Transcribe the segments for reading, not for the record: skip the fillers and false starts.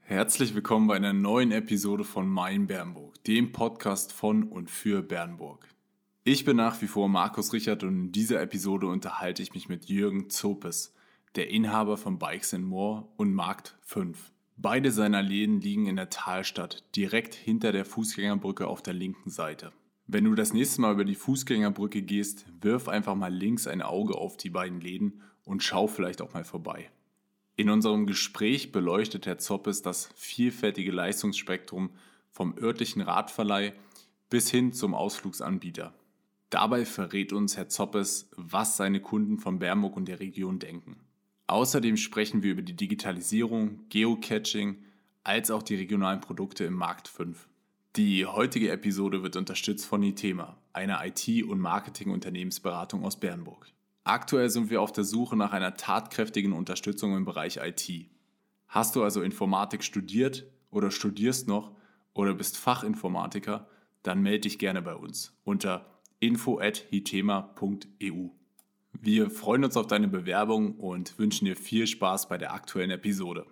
Herzlich willkommen bei einer neuen Episode von Mein Bernburg, dem Podcast von und für Bernburg. Ich bin nach wie vor Markus Richard und in dieser Episode unterhalte ich mich mit Jürgen Zopes, der Inhaber von Bikes & More und Markt 5. Beide seiner Läden liegen in der Talstadt, direkt hinter der Fußgängerbrücke auf der linken Seite. Wenn du das nächste Mal über die Fußgängerbrücke gehst, wirf einfach mal links ein Auge auf die beiden Läden und schau vielleicht auch mal vorbei. In unserem Gespräch beleuchtet Herr Zopes das vielfältige Leistungsspektrum vom örtlichen Radverleih bis hin zum Ausflugsanbieter. Dabei verrät uns Herr Zopes, was seine Kunden von Bernburg und der Region denken. Außerdem sprechen wir über die Digitalisierung, Geocaching, als auch die regionalen Produkte im Markt 5. Die heutige Episode wird unterstützt von Itema, einer IT- und Marketing-Unternehmensberatung aus Bernburg. Aktuell sind wir auf der Suche nach einer tatkräftigen Unterstützung im Bereich IT. Hast du also Informatik studiert oder studierst noch oder bist Fachinformatiker, dann melde dich gerne bei uns unter info@hitema.eu. Wir freuen uns auf deine Bewerbung und wünschen dir viel Spaß bei der aktuellen Episode.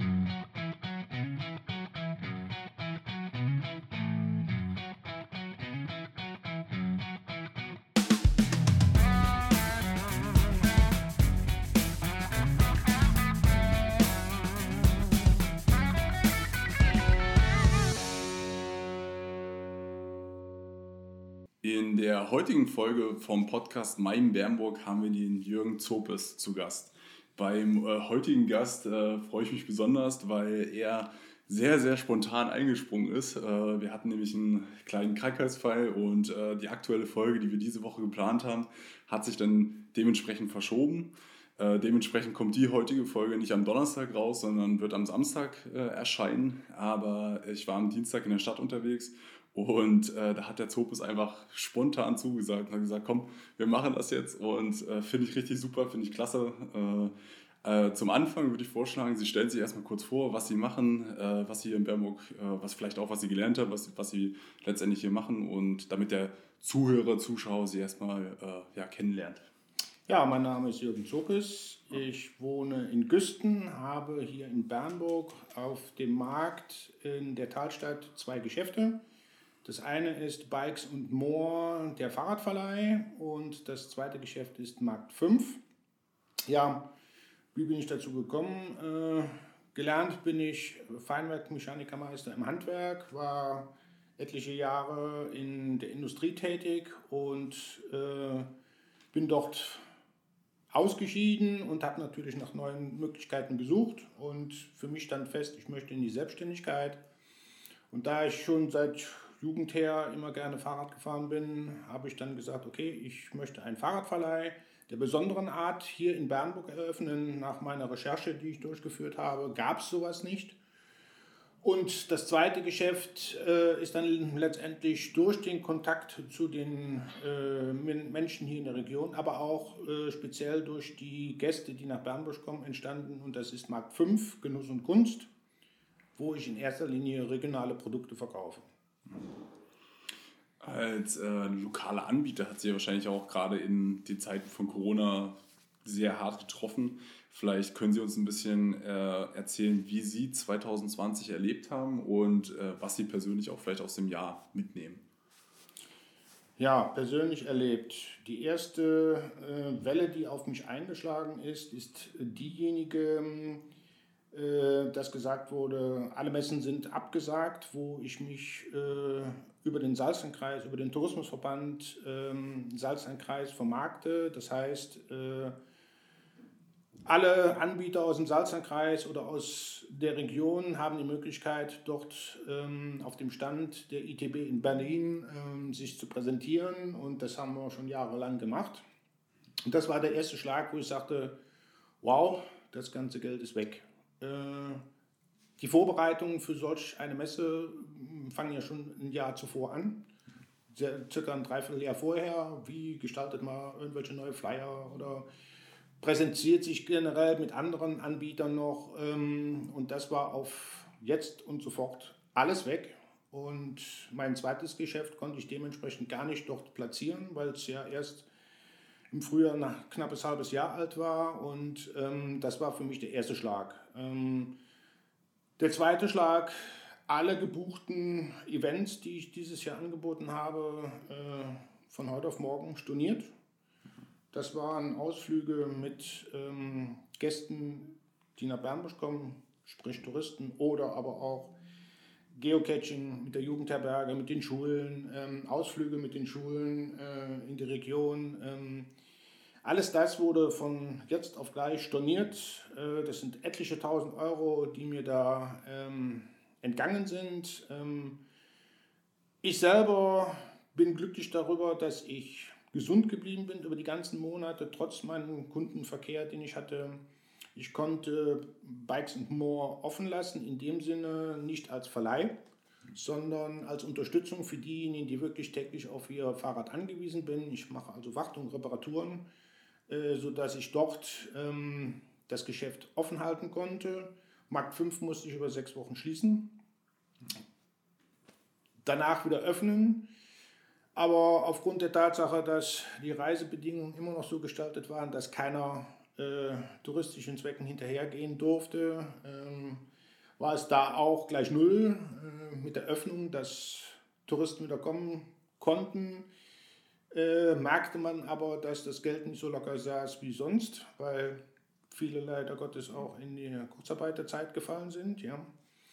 In der heutigen Folge vom Podcast Mein Bernburg haben wir den Jürgen Zopes zu Gast. Beim heutigen Gast freue ich mich besonders, weil er sehr, sehr spontan eingesprungen ist. Wir hatten nämlich einen kleinen Krankheitsfall und die aktuelle Folge, die wir diese Woche geplant haben, hat sich dann dementsprechend verschoben. Dementsprechend kommt die heutige Folge nicht am Donnerstag raus, sondern wird am Samstag erscheinen. Aber ich war am Dienstag in der Stadt unterwegs und da hat der Zopes einfach spontan zugesagt und hat gesagt, komm, wir machen das jetzt und finde ich richtig super, finde ich klasse. Zum Anfang würde ich vorschlagen, Sie stellen sich erstmal kurz vor, was Sie machen, was Sie hier in Bernburg, was vielleicht auch, was Sie gelernt haben, was Sie letztendlich hier machen und damit der Zuhörer, Zuschauer Sie erstmal kennenlernt. Ja, mein Name ist Jürgen Zopes. Ich wohne in Güsten, habe hier in Bernburg auf dem Markt in der Talstadt 2 Geschäfte. Das eine ist Bikes & More, der Fahrradverleih, und das zweite Geschäft ist Markt 5. Ja, wie bin ich dazu gekommen? Gelernt bin ich Feinwerkmechanikermeister im Handwerk, war etliche Jahre in der Industrie tätig und bin dort ausgeschieden und habe natürlich nach neuen Möglichkeiten gesucht und für mich stand fest, ich möchte in die Selbstständigkeit. Und da ich schon seit Jugend her immer gerne Fahrrad gefahren bin, habe ich dann gesagt, okay, ich möchte einen Fahrradverleih der besonderen Art hier in Bernburg eröffnen. Nach meiner Recherche, die ich durchgeführt habe, gab es sowas nicht. Und das zweite Geschäft ist dann letztendlich durch den Kontakt zu den Menschen hier in der Region, aber auch speziell durch die Gäste, die nach Bernburg kommen, entstanden. Und das ist Markt 5, Genuss und Kunst, wo ich in erster Linie regionale Produkte verkaufe. Als lokaler Anbieter hat sie ja wahrscheinlich auch gerade in den Zeiten von Corona sehr hart getroffen. Vielleicht können Sie uns ein bisschen erzählen, wie Sie 2020 erlebt haben und was Sie persönlich auch vielleicht aus dem Jahr mitnehmen. Ja, persönlich erlebt. Die erste Welle, die auf mich eingeschlagen ist diejenige, dass gesagt wurde, alle Messen sind abgesagt, wo ich mich über den Salzlandkreis, über den Tourismusverband Salzlandkreis vermarkte. Das heißt, alle Anbieter aus dem Salzlandkreis oder aus der Region haben die Möglichkeit, dort auf dem Stand der ITB in Berlin sich zu präsentieren. Und das haben wir schon jahrelang gemacht. Und das war der erste Schlag, wo ich sagte, wow, das ganze Geld ist weg. Die Vorbereitungen für solch eine Messe fangen ja schon ein Jahr zuvor an. Circa ein Dreivierteljahr vorher. Wie gestaltet man irgendwelche neue Flyer oder präsentiert sich generell mit anderen Anbietern noch. Und das war auf jetzt und sofort alles weg. Und mein zweites Geschäft konnte ich dementsprechend gar nicht dort platzieren, weil es ja erst im Frühjahr ein knappes halbes Jahr alt war. Und das war für mich der erste Schlag. Der zweite Schlag, alle gebuchten Events, die ich dieses Jahr angeboten habe, von heute auf morgen storniert. Das waren Ausflüge mit Gästen, die nach Bernburg kommen, sprich Touristen, oder aber auch Geocaching mit der Jugendherberge, mit den Schulen, Ausflüge mit den Schulen in die Region. Alles das wurde von jetzt auf gleich storniert. Das sind etliche 1.000 Euro, die mir da entgangen sind. Ich selber bin glücklich darüber, dass ich gesund geblieben bin über die ganzen Monate, trotz meinem Kundenverkehr, den ich hatte. Ich konnte Bikes & More offen lassen, in dem Sinne nicht als Verleih, sondern als Unterstützung für diejenigen, die wirklich täglich auf ihr Fahrrad angewiesen sind. Ich mache also Wartung, Reparaturen, sodass ich dort das Geschäft offen halten konnte. Markt 5 musste ich über 6 Wochen schließen, danach wieder öffnen. Aber aufgrund der Tatsache, dass die Reisebedingungen immer noch so gestaltet waren, dass keiner touristischen Zwecken hinterhergehen durfte, war es da auch gleich null mit der Öffnung, dass Touristen wieder kommen konnten. Merkte man aber, dass das Geld nicht so locker saß wie sonst, weil viele leider Gottes auch in die Kurzarbeiterzeit gefallen sind. Ja.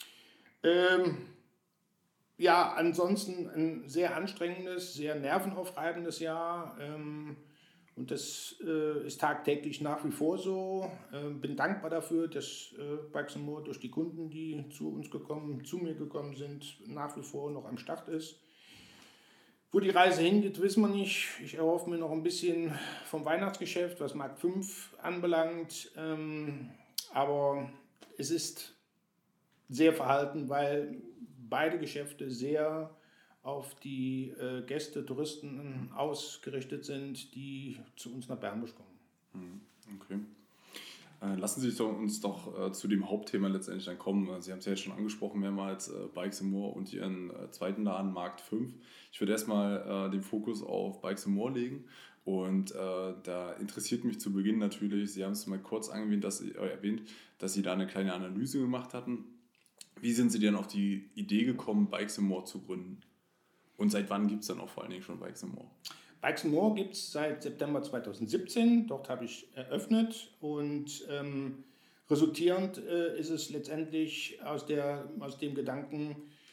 Ja, ansonsten ein sehr anstrengendes, sehr nervenaufreibendes Jahr. Und das ist tagtäglich nach wie vor so. Bin dankbar dafür, dass Bikes & More durch die Kunden, die zu mir gekommen sind, nach wie vor noch am Start ist. Wo die Reise hingeht, wissen wir nicht. Ich erhoffe mir noch ein bisschen vom Weihnachtsgeschäft, was Markt 5 anbelangt. Aber es ist sehr verhalten, weil beide Geschäfte sehr auf die Gäste, Touristen ausgerichtet sind, die zu uns nach Bernburg kommen. Okay. Lassen Sie uns doch zu dem Hauptthema letztendlich dann kommen. Sie haben es ja jetzt schon angesprochen mehrmals, Bikes & More und Ihren zweiten Laden, Markt 5. Ich würde erstmal den Fokus auf Bikes & More legen. Und da interessiert mich zu Beginn natürlich, Sie haben es mal kurz erwähnt, dass Sie da eine kleine Analyse gemacht hatten. Wie sind Sie denn auf die Idee gekommen, Bikes & More zu gründen? Und seit wann gibt es dann auch vor allen Dingen schon Bikes & More? Bikes & More gibt es seit September 2017. Dort habe ich eröffnet und resultierend ist es letztendlich aus dem Gedanken,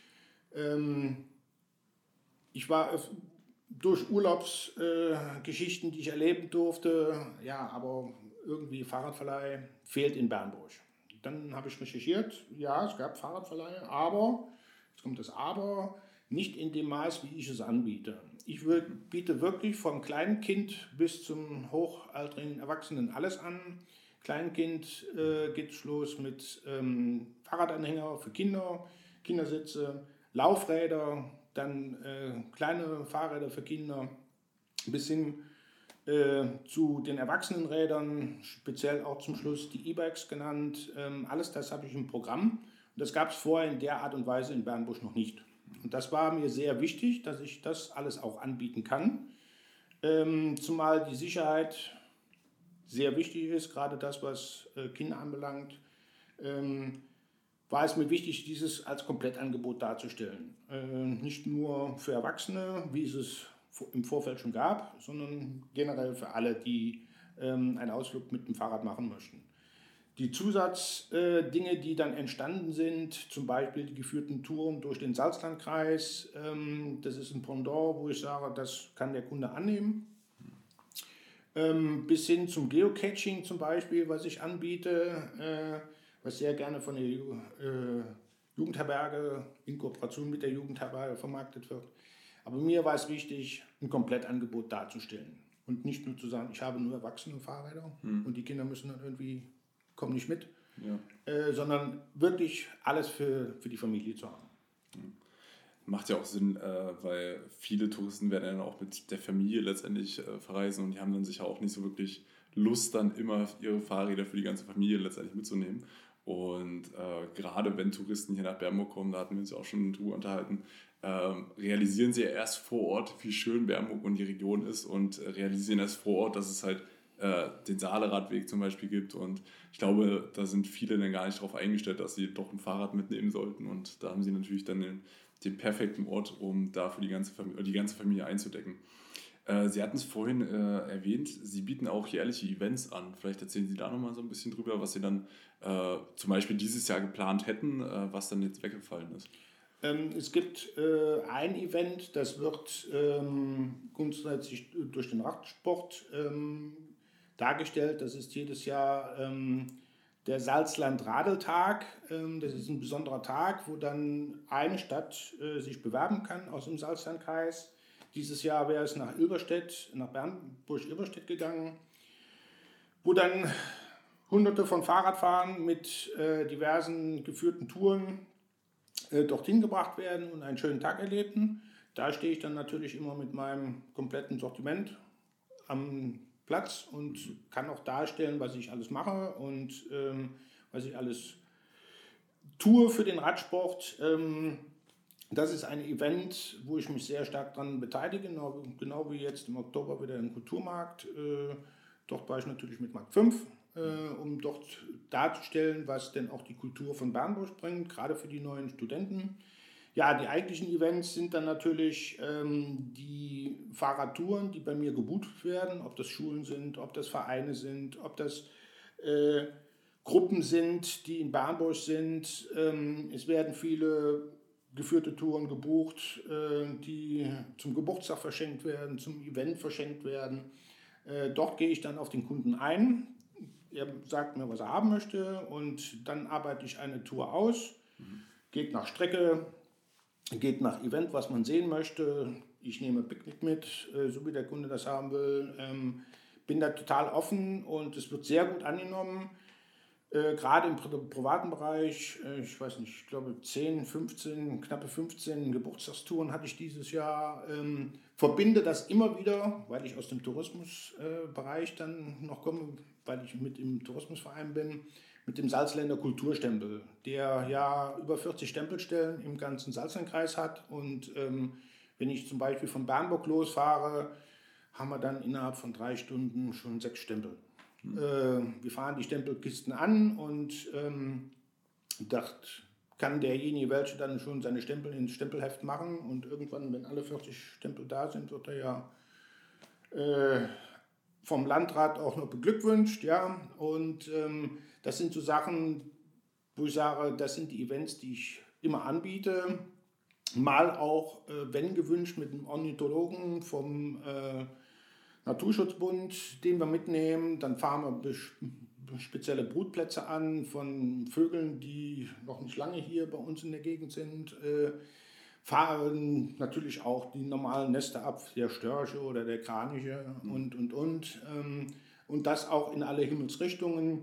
ich war durch Urlaubsgeschichten, die ich erleben durfte, ja, aber irgendwie Fahrradverleih fehlt in Bernburg. Dann habe ich recherchiert, ja, es gab Fahrradverleihe, aber, jetzt kommt das Aber, nicht in dem Maß, wie ich es anbiete. Ich biete wirklich vom kleinen Kind bis zum hochaltrigen Erwachsenen alles an. Kleinkind geht los mit Fahrradanhänger für Kinder, Kindersitze, Laufräder, dann kleine Fahrräder für Kinder, bis hin zu den Erwachsenenrädern, speziell auch zum Schluss die E-Bikes genannt. Alles das habe ich im Programm. Und das gab es vorher in der Art und Weise in Bernburg noch nicht. Und das war mir sehr wichtig, dass ich das alles auch anbieten kann. Zumal die Sicherheit sehr wichtig ist, gerade das, was Kinder anbelangt. War es mir wichtig, dieses als Komplettangebot darzustellen. Nicht nur für Erwachsene, wie es im Vorfeld schon gab, sondern generell für alle, die einen Ausflug mit dem Fahrrad machen möchten. Die Zusatzdinge, die dann entstanden sind, zum Beispiel die geführten Touren durch den Salzlandkreis, das ist ein Pendant, wo ich sage, das kann der Kunde annehmen. Bis hin zum Geocaching zum Beispiel, was ich anbiete, was sehr gerne von der Jugendherberge in Kooperation mit der Jugendherberge vermarktet wird. Aber mir war es wichtig, ein Komplettangebot darzustellen und nicht nur zu sagen, ich habe nur erwachsene Fahrräder und die Kinder müssen dann irgendwie, kommen nicht mit, sondern wirklich alles für die Familie zu haben. Macht ja auch Sinn, weil viele Touristen werden dann auch mit der Familie letztendlich verreisen und die haben dann sicher auch nicht so wirklich Lust, dann immer ihre Fahrräder für die ganze Familie letztendlich mitzunehmen. Und gerade wenn Touristen hier nach Bernburg kommen, da hatten wir uns auch schon drüber unterhalten, realisieren sie ja erst vor Ort, wie schön Bernburg und die Region ist und realisieren erst vor Ort, dass es halt den Saale-Radweg zum Beispiel gibt. Und ich glaube, da sind viele dann gar nicht darauf eingestellt, dass sie doch ein Fahrrad mitnehmen sollten. Und da haben sie natürlich dann den perfekten Ort, um da für die ganze Familie einzudecken. Sie hatten es vorhin erwähnt, Sie bieten auch jährliche Events an. Vielleicht erzählen Sie da nochmal so ein bisschen drüber, was Sie dann zum Beispiel dieses Jahr geplant hätten, was dann jetzt weggefallen ist. Es gibt ein Event, das wird grundsätzlich durch den Radsport dargestellt. Das ist jedes Jahr der Salzland-Radeltag. Das ist ein besonderer Tag, wo dann eine Stadt sich bewerben kann aus dem Salzlandkreis. Dieses Jahr wäre es nach Bernburg-Ilberstedt gegangen, wo dann Hunderte von Fahrradfahrern mit diversen geführten Touren dorthin gebracht werden und einen schönen Tag erlebten. Da stehe ich dann natürlich immer mit meinem kompletten Sortiment am Platz und kann auch darstellen, was ich alles mache und was ich alles tue für den Radsport. Das ist ein Event, wo ich mich sehr stark daran beteilige, genau wie jetzt im Oktober wieder im Kulturmarkt. Dort war ich natürlich mit Markt 5, um dort darzustellen, was denn auch die Kultur von Bernburg bringt, gerade für die neuen Studenten. Ja, die eigentlichen Events sind dann natürlich die Fahrradtouren, die bei mir gebucht werden, ob das Schulen sind, ob das Vereine sind, ob das Gruppen sind, die in Bernburg sind. Es werden viele geführte Touren gebucht, die zum Geburtstag verschenkt werden, zum Event verschenkt werden. Dort gehe ich dann auf den Kunden ein. Er sagt mir, was er haben möchte und dann arbeite ich eine Tour aus. Geht nach Strecke, geht nach Event, was man sehen möchte. Ich nehme Picknick mit, so wie der Kunde das haben will. Bin da total offen und es wird sehr gut angenommen. Gerade im privaten Bereich, ich weiß nicht, ich glaube 10, 15, knappe 15 Geburtstagstouren hatte ich dieses Jahr. Verbinde das immer wieder, weil ich aus dem Tourismusbereich dann noch komme, weil ich mit im Tourismusverein bin, mit dem Salzländer Kulturstempel, der ja über 40 Stempelstellen im ganzen Salzlandkreis hat. Und wenn ich zum Beispiel von Bernburg losfahre, haben wir dann innerhalb von 3 Stunden schon 6 Stempel. Wir fahren die Stempelkisten an und dachte, kann derjenige welche dann schon seine Stempel ins Stempelheft machen und irgendwann, wenn alle 40 Stempel da sind, wird er ja vom Landrat auch noch beglückwünscht. Ja? Und das sind so Sachen, wo ich sage, das sind die Events, die ich immer anbiete. Mal auch, wenn gewünscht, mit einem Ornithologen vom Naturschutzbund, den wir mitnehmen. Dann fahren wir spezielle Brutplätze an von Vögeln, die noch nicht lange hier bei uns in der Gegend sind. Fahren natürlich auch die normalen Nester ab, der Störche oder der Kraniche und. Und das auch in alle Himmelsrichtungen.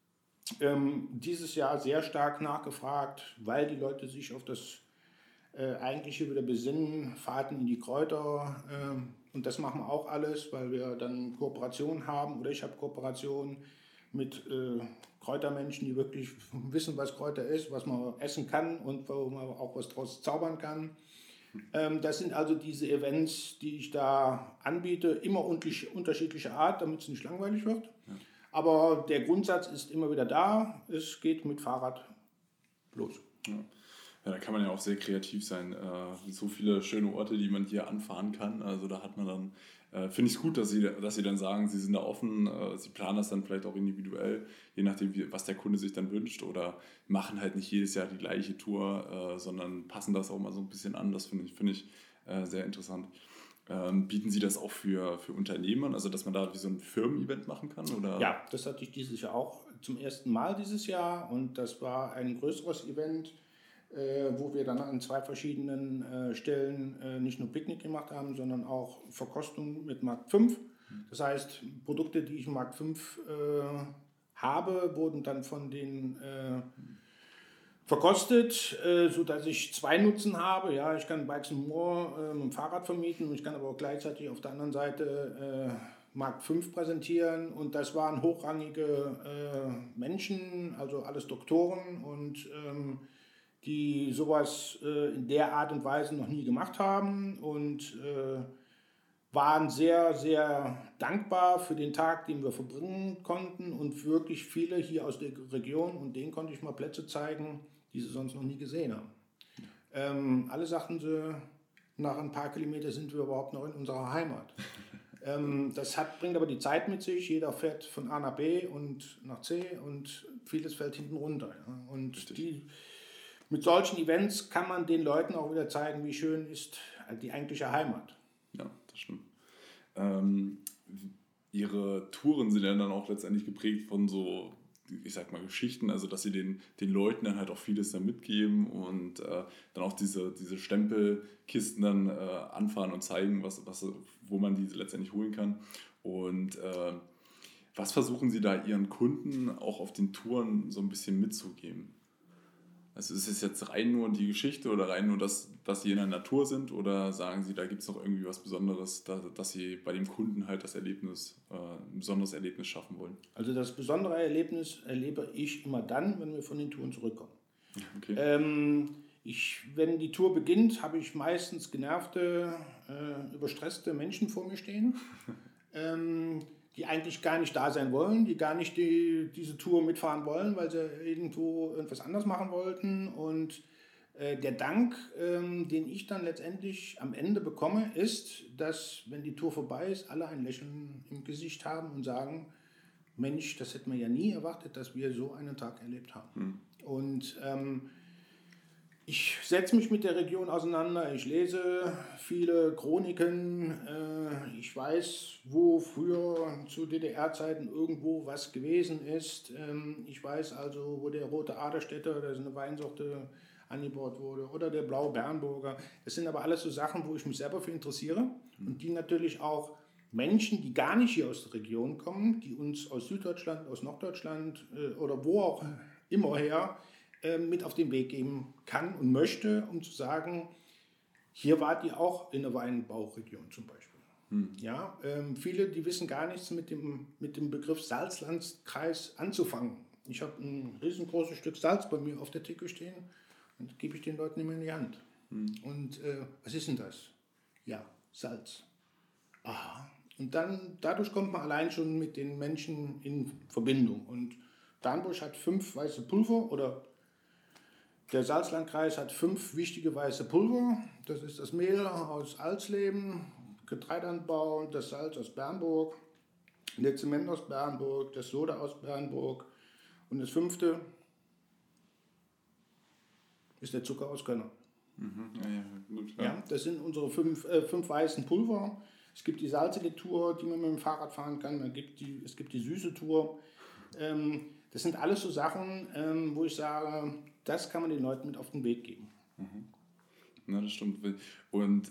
Dieses Jahr sehr stark nachgefragt, weil die Leute sich auf das Eigentliche wieder besinnen, Fahrten in die Kräuter. Und das machen wir auch alles, weil wir dann Kooperationen haben oder ich habe Kooperationen mit Kräutermenschen, die wirklich wissen, was Kräuter ist, was man essen kann und wo man auch was draus zaubern kann. Das sind also diese Events, die ich da anbiete, immer unterschiedlicher Art, damit es nicht langweilig wird. Ja. Aber der Grundsatz ist immer wieder da, es geht mit Fahrrad los. Ja. Ja, da kann man ja auch sehr kreativ sein. So viele schöne Orte, die man hier anfahren kann. Also da hat man dann, finde ich es gut, dass sie dann sagen, sie sind da offen, sie planen das dann vielleicht auch individuell, je nachdem, was der Kunde sich dann wünscht oder machen halt nicht jedes Jahr die gleiche Tour, sondern passen das auch mal so ein bisschen an. Das finde ich sehr interessant. Bieten Sie das auch für Unternehmen, also dass man da wie so ein Firmen-Event machen kann? Oder? Ja, das hatte ich dieses Jahr auch zum ersten Mal dieses Jahr und das war ein größeres Event, wo wir dann an 2 verschiedenen Stellen nicht nur Picknick gemacht haben, sondern auch Verkostung mit Markt 5. Das heißt, Produkte, die ich im Markt 5 habe, wurden dann von den verkostet, sodass ich 2 Nutzen habe. Ja, ich kann Bikes More mit dem Fahrrad vermieten und ich kann aber auch gleichzeitig auf der anderen Seite Markt 5 präsentieren. Und das waren hochrangige Menschen, also alles Doktoren und die sowas in der Art und Weise noch nie gemacht haben und waren sehr, sehr dankbar für den Tag, den wir verbringen konnten und wirklich viele hier aus der Region und denen konnte ich mal Plätze zeigen, die sie sonst noch nie gesehen haben. Alle sagten sie, nach ein paar Kilometern sind wir überhaupt noch in unserer Heimat. Das bringt aber die Zeit mit sich. Jeder fährt von A nach B und nach C und vieles fällt hinten runter. Ja. Und mit solchen Events kann man den Leuten auch wieder zeigen, wie schön ist die eigentliche Heimat. Ja, das stimmt. Ihre Touren sind ja dann auch letztendlich geprägt von so, ich sag mal, Geschichten, also dass sie den Leuten dann halt auch vieles da mitgeben und dann auch diese Stempelkisten dann anfahren und zeigen, wo man diese letztendlich holen kann. Und was versuchen Sie da Ihren Kunden auch auf den Touren so ein bisschen mitzugeben? Also ist es jetzt rein nur die Geschichte oder rein nur, dass Sie in der Natur sind, oder sagen Sie, da gibt es noch irgendwie was Besonderes, dass Sie bei dem Kunden halt ein besonderes Erlebnis schaffen wollen? Also das besondere Erlebnis erlebe ich immer dann, wenn wir von den Touren zurückkommen. Okay. Wenn die Tour beginnt, habe ich meistens genervte, überstresste Menschen vor mir stehen, die eigentlich gar nicht da sein wollen, die gar nicht diese Tour mitfahren wollen, weil sie irgendwo irgendwas anderes machen wollten. Und der Dank, den ich dann letztendlich am Ende bekomme, ist, dass, wenn die Tour vorbei ist, alle ein Lächeln im Gesicht haben und sagen, Mensch, das hätten wir ja nie erwartet, dass wir so einen Tag erlebt haben. Und ich setze mich mit der Region auseinander, ich lese viele Chroniken, ich weiß, wo früher zu DDR-Zeiten irgendwo was gewesen ist. Ich weiß also, wo der rote Aderstädter, das ist eine Weinsorte, angebaut wurde, oder der blaue Bernburger. Das sind aber alles so Sachen, wo ich mich selber für interessiere und die natürlich auch Menschen, die gar nicht hier aus der Region kommen, die uns aus Süddeutschland, aus Norddeutschland oder wo auch immer her mit auf den Weg geben kann und möchte, um zu sagen, hier wart ihr auch in der Weinbauregion zum Beispiel. Ja, viele, die wissen gar nichts mit dem Begriff Salzlandkreis anzufangen. Ich habe ein riesengroßes Stück Salz bei mir auf der Theke stehen und das gebe ich den Leuten immer in die Hand. Und was ist denn das? Ja, Salz. Aha. Und dann, dadurch kommt man allein schon mit den Menschen in Verbindung. Und Bernburg hat 5 weiße Pulver, oder der Salzlandkreis hat 5 wichtige weiße Pulver. Das ist das Mehl aus Alsleben, Getreideanbau, das Salz aus Bernburg, der Zement aus Bernburg, das Soda aus Bernburg und das 5. ist der Zucker aus Könner. Gut, Ja, das sind unsere 5 weißen Pulver. Es gibt die salzige Tour, die man mit dem Fahrrad fahren kann. Es gibt die süße Tour. Das sind alles so Sachen, wo ich sage, das kann man den Leuten mit auf den Weg geben. Ja, das stimmt. Und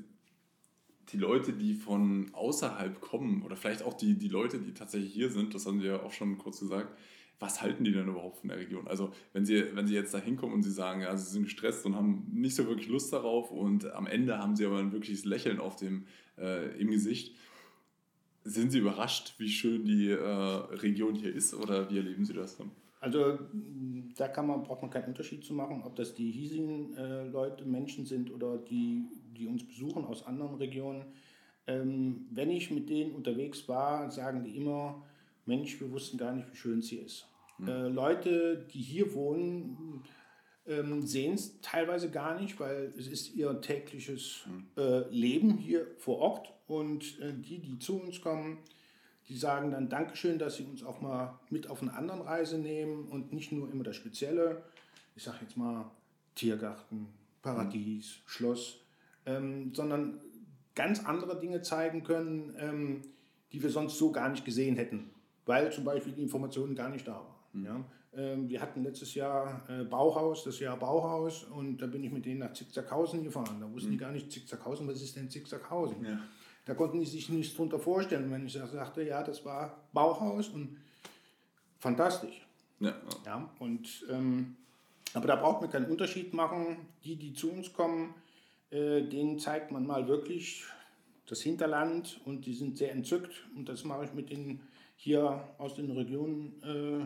die Leute, die von außerhalb kommen, oder vielleicht auch die Leute, die tatsächlich hier sind, das haben Sie ja auch schon kurz gesagt, was halten die denn überhaupt von der Region? Also wenn Sie jetzt da hinkommen und Sie sagen, ja, Sie sind gestresst und haben nicht so wirklich Lust darauf und am Ende haben Sie aber ein wirkliches Lächeln im Gesicht, sind Sie überrascht, wie schön die Region hier ist, oder wie erleben Sie das dann? Also da braucht man keinen Unterschied zu machen, ob das die hiesigen Menschen sind oder die uns besuchen aus anderen Regionen. Wenn ich mit denen unterwegs war, sagen die immer, Mensch, wir wussten gar nicht, wie schön es hier ist. Leute, die hier wohnen, sehen es teilweise gar nicht, weil es ist ihr tägliches Leben hier vor Ort. Und die zu uns kommen, die sagen dann Dankeschön, dass sie uns auch mal mit auf eine andere Reise nehmen und nicht nur immer das Spezielle, ich sage jetzt mal Tiergarten, Paradies, Schloss, sondern ganz andere Dinge zeigen können, die wir sonst so gar nicht gesehen hätten, weil zum Beispiel die Informationen gar nicht da waren. Ja? Wir hatten letztes Jahr das Jahr Bauhaus, und da bin ich mit denen nach Zickzackhausen gefahren. Da wussten die gar nicht, Zickzackhausen, was ist denn Zickzackhausen? Ja. Da konnten die sich nichts drunter vorstellen. Wenn ich sagte, ja, das war Bauhaus und fantastisch. Ja, und, aber da braucht man keinen Unterschied machen. Die zu uns kommen, denen zeigt man mal wirklich das Hinterland und die sind sehr entzückt. Und das mache ich mit denen hier aus den Regionen,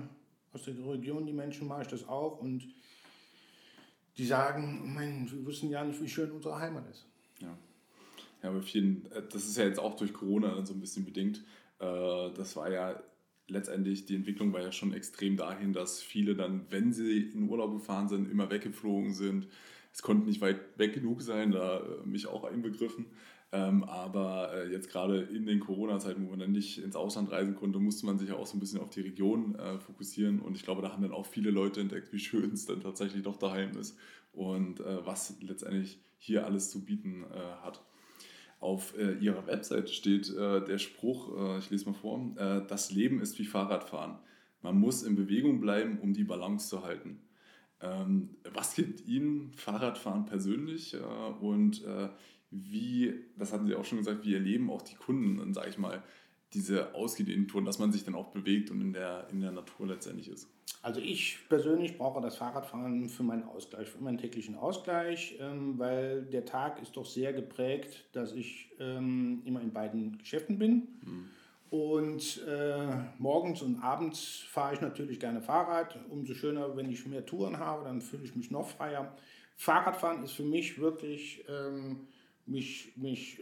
die Menschen mache ich das auch. Und die sagen, wir wussten ja nicht, wie schön unsere Heimat ist. Ja. Ja, bei vielen, das ist ja jetzt auch durch Corona dann so ein bisschen bedingt. Das war ja letztendlich, die Entwicklung war ja schon extrem dahin, dass viele dann, wenn sie in Urlaub gefahren sind, immer weggeflogen sind. Es konnte nicht weit weg genug sein, da mich auch einbegriffen. Aber jetzt gerade in den Corona-Zeiten, wo man dann nicht ins Ausland reisen konnte, musste man sich ja auch so ein bisschen auf die Region fokussieren. Und ich glaube, da haben dann auch viele Leute entdeckt, wie schön es dann tatsächlich doch daheim ist und was letztendlich hier alles zu bieten hat. Auf ihrer Webseite steht der Spruch, ich lese mal vor, das Leben ist wie Fahrradfahren. Man muss in Bewegung bleiben, um die Balance zu halten. Was gibt Ihnen Fahrradfahren persönlich und wie, das hatten Sie auch schon gesagt, wie erleben auch die Kunden dann, sage ich mal, diese ausgedehnten Touren, dass man sich dann auch bewegt und in der Natur letztendlich ist? Also ich persönlich brauche das Fahrradfahren für meinen Ausgleich, für meinen täglichen Ausgleich, weil der Tag ist doch sehr geprägt, dass ich immer in beiden Geschäften bin. Und morgens und abends fahre ich natürlich gerne Fahrrad. Umso schöner, wenn ich mehr Touren habe, dann fühle ich mich noch freier. Fahrradfahren ist für mich wirklich mich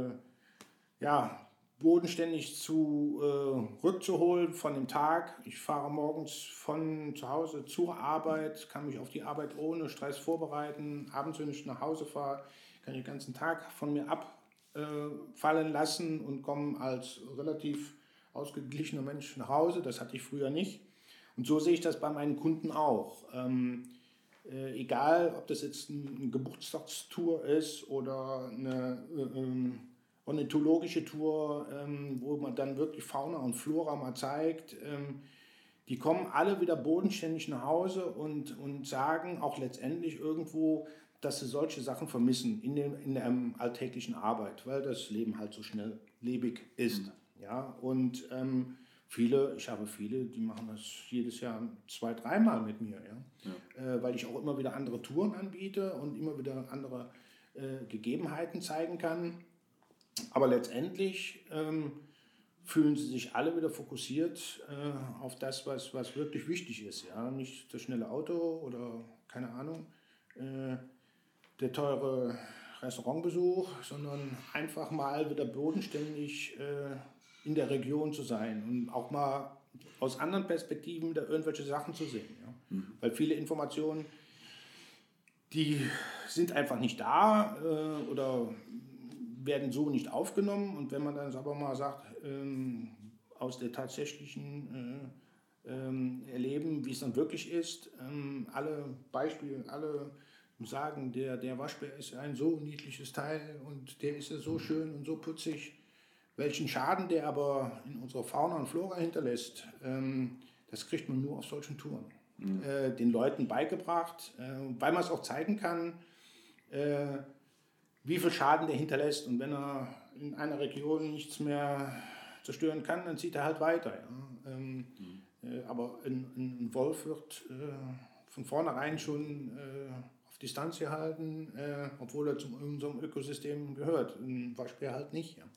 bodenständig rückzuholen von dem Tag. Ich fahre morgens von zu Hause zur Arbeit, kann mich auf die Arbeit ohne Stress vorbereiten. Abends, wenn ich nach Hause fahre, kann ich den ganzen Tag von mir abfallen lassen und komme als relativ ausgeglichener Mensch nach Hause. Das hatte ich früher nicht. Und so sehe ich das bei meinen Kunden auch. Egal, ob das jetzt eine Geburtstagstour ist oder eine ornithologische Tour, wo man dann wirklich Fauna und Flora mal zeigt. Die kommen alle wieder bodenständig nach Hause und sagen auch letztendlich irgendwo, dass sie solche Sachen vermissen in der alltäglichen Arbeit, weil das Leben halt so schnelllebig ist. Ja? Und ich habe viele, die machen das jedes Jahr 2-3 Mal mit mir, weil ich auch immer wieder andere Touren anbiete und immer wieder andere Gegebenheiten zeigen kann. Aber letztendlich fühlen sie sich alle wieder fokussiert auf das, was wirklich wichtig ist. Ja? Nicht das schnelle Auto oder, keine Ahnung, der teure Restaurantbesuch, sondern einfach mal wieder bodenständig in der Region zu sein und auch mal aus anderen Perspektiven da irgendwelche Sachen zu sehen. Ja? Weil viele Informationen, die sind einfach nicht da oder werden so nicht aufgenommen. Und wenn man dann aber mal sagt, aus der tatsächlichen Erleben, wie es dann wirklich ist, alle Beispiele, alle sagen, der Waschbär ist ein so niedliches Teil und der ist ja so schön und so putzig. Welchen Schaden der aber in unserer Fauna und Flora hinterlässt, das kriegt man nur auf solchen Touren. Den Leuten beigebracht, weil man es auch zeigen kann, wie viel Schaden der hinterlässt. Und wenn er in einer Region nichts mehr zerstören kann, dann zieht er halt weiter. Ja? Aber ein Wolf wird von vornherein schon auf Distanz gehalten, obwohl er zu unserem Ökosystem gehört. Ein Waschbär halt nicht. Ja.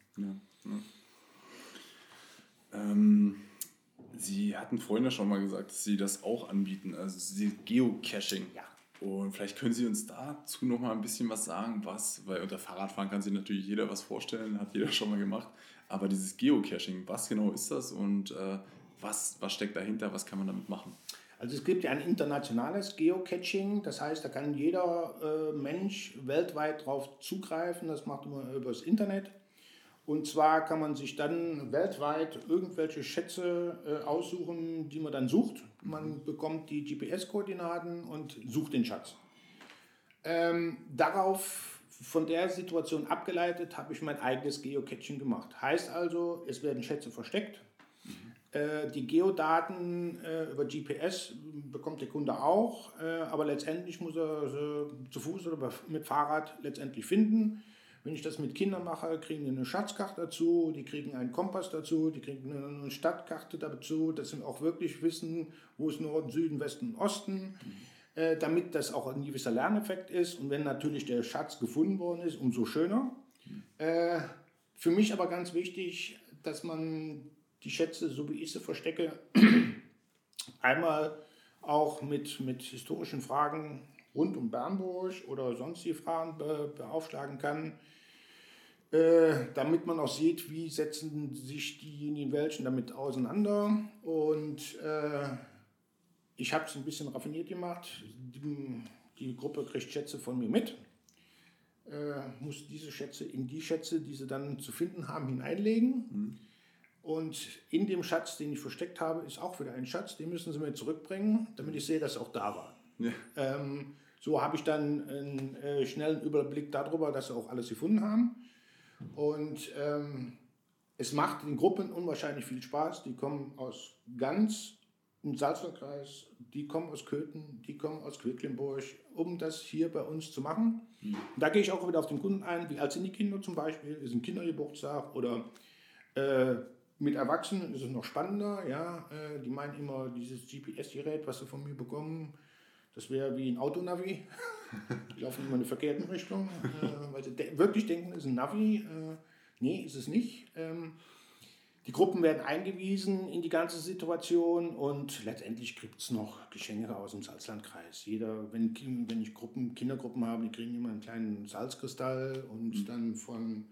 Sie hatten vorhin ja schon mal gesagt, dass Sie das auch anbieten, also Geocaching. Ja. Und vielleicht können Sie uns dazu noch mal ein bisschen was sagen, weil unter Fahrradfahren kann sich natürlich jeder was vorstellen, hat jeder schon mal gemacht. Aber dieses Geocaching, was genau ist das und was steckt dahinter, was kann man damit machen? Also es gibt ja ein internationales Geocaching, das heißt, da kann jeder Mensch weltweit drauf zugreifen, das macht man über das Internet. Und zwar kann man sich dann weltweit irgendwelche Schätze aussuchen, die man dann sucht. Man bekommt die GPS-Koordinaten und sucht den Schatz. Von der Situation abgeleitet, habe ich mein eigenes Geocaching gemacht. Heißt also, es werden Schätze versteckt. Die Geodaten über GPS bekommt der Kunde auch, aber letztendlich muss er sie zu Fuß oder mit Fahrrad letztendlich finden. Wenn ich das mit Kindern mache, kriegen die eine Schatzkarte dazu, die kriegen einen Kompass dazu, die kriegen eine Stadtkarte dazu, dass sie auch wirklich wissen, wo ist Norden, Süden, Westen und Osten, damit das auch ein gewisser Lerneffekt ist. Und wenn natürlich der Schatz gefunden worden ist, umso schöner. Für mich aber ganz wichtig, dass man die Schätze, so wie ich sie verstecke, einmal auch mit historischen Fragen rund um Bernburg oder sonstige Fragen beaufschlagen kann. damit man auch sieht, wie setzen sich diejenigen welchen damit auseinander. Und ich habe es ein bisschen raffiniert gemacht. Die Gruppe kriegt Schätze von mir mit, muss diese Schätze in die Schätze, die sie dann zu finden haben, hineinlegen. Und in dem Schatz, den ich versteckt habe, ist auch wieder ein Schatz. Den müssen sie mir zurückbringen, damit ich sehe, dass er auch da war. Ja. So habe ich dann einen schnellen Überblick darüber, dass sie auch alles gefunden haben. Und es macht den Gruppen unwahrscheinlich viel Spaß. Die kommen aus ganz im Salzlandkreis, die kommen aus Köthen, die kommen aus Quedlinburg, um das hier bei uns zu machen. Und da gehe ich auch wieder auf den Kunden ein. Wie alt sind die Kinder zum Beispiel? Ist ein Kindergeburtstag oder mit Erwachsenen ist es noch spannender. Ja? Die meinen immer, dieses GPS-Gerät, was sie von mir bekommen, das wäre wie ein Autonavi. Die laufen immer in der verkehrten Richtung, weil sie wirklich denken, es ist ein Navi. Nee, ist es nicht. Die Gruppen werden eingewiesen in die ganze Situation und letztendlich gibt es noch Geschenke aus dem Salzlandkreis. Wenn ich Kindergruppen habe, die kriegen immer einen kleinen Salzkristall und dann von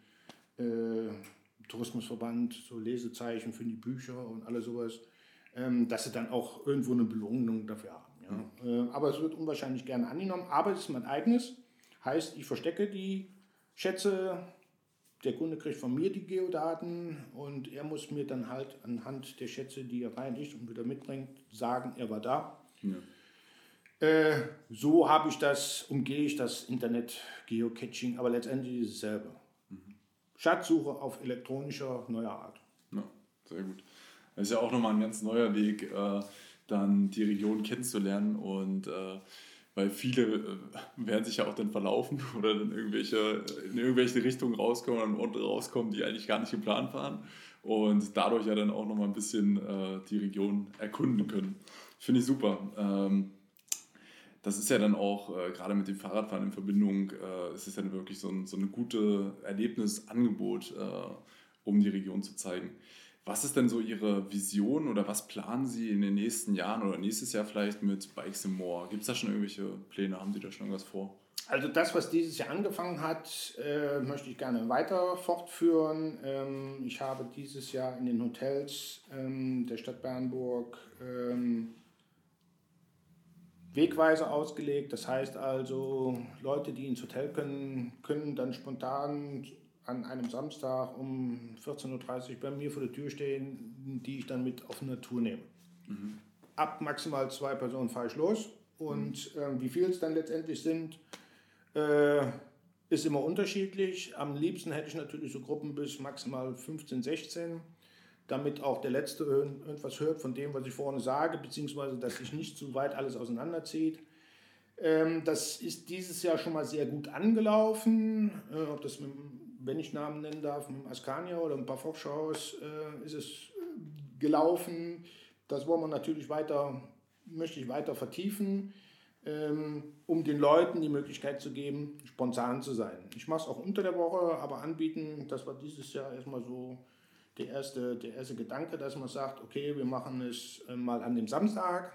Tourismusverband so Lesezeichen für die Bücher und alles sowas, dass sie dann auch irgendwo eine Belohnung dafür haben. Ja. Aber es wird unwahrscheinlich gerne angenommen. Aber es ist mein eigenes. Heißt, ich verstecke die Schätze, der Kunde kriegt von mir die Geodaten und er muss mir dann halt anhand der Schätze, die er reinigt und wieder mitbringt, sagen, er war da. Ja. So umgehe ich das Internet-Geocaching, aber letztendlich ist es dasselbe. Schatzsuche auf elektronischer neuer Art. Ja, sehr gut. Das ist ja auch nochmal ein ganz neuer Weg, dann die Region kennenzulernen und weil viele werden sich ja auch dann verlaufen oder dann in irgendwelche Richtungen rauskommen, an Orte rauskommen, die eigentlich gar nicht geplant waren und dadurch ja dann auch nochmal ein bisschen die Region erkunden können. Finde ich super. Das ist ja dann auch, gerade mit dem Fahrradfahren in Verbindung, es ist dann wirklich so ein gutes Erlebnisangebot, um die Region zu zeigen. Was ist denn so Ihre Vision oder was planen Sie in den nächsten Jahren oder nächstes Jahr vielleicht mit Bikes and More? Gibt es da schon irgendwelche Pläne? Haben Sie da schon irgendwas vor? Also das, was dieses Jahr angefangen hat, möchte ich gerne weiter fortführen. Ich habe dieses Jahr in den Hotels der Stadt Bernburg Wegweiser ausgelegt. Das heißt also, Leute, die ins Hotel können dann spontan an einem Samstag um 14.30 Uhr bei mir vor der Tür stehen, die ich dann mit auf eine Tour nehme. Ab maximal 2 Personen fahre ich los und wie viel es dann letztendlich sind, ist immer unterschiedlich. Am liebsten hätte ich natürlich so Gruppen bis maximal 15, 16, damit auch der Letzte irgendwas hört von dem, was ich vorne sage, beziehungsweise dass sich nicht zu weit alles auseinanderzieht. Das ist dieses Jahr schon mal sehr gut angelaufen. Ob das wenn ich Namen nennen darf, mit dem Askania oder ein paar Forschhaus ist es gelaufen. Das wollen wir natürlich möchte ich weiter vertiefen, um den Leuten die Möglichkeit zu geben, spontan zu sein. Ich mache es auch unter der Woche, aber anbieten, das war dieses Jahr erstmal so der erste Gedanke, dass man sagt, okay, wir machen es mal an dem Samstag.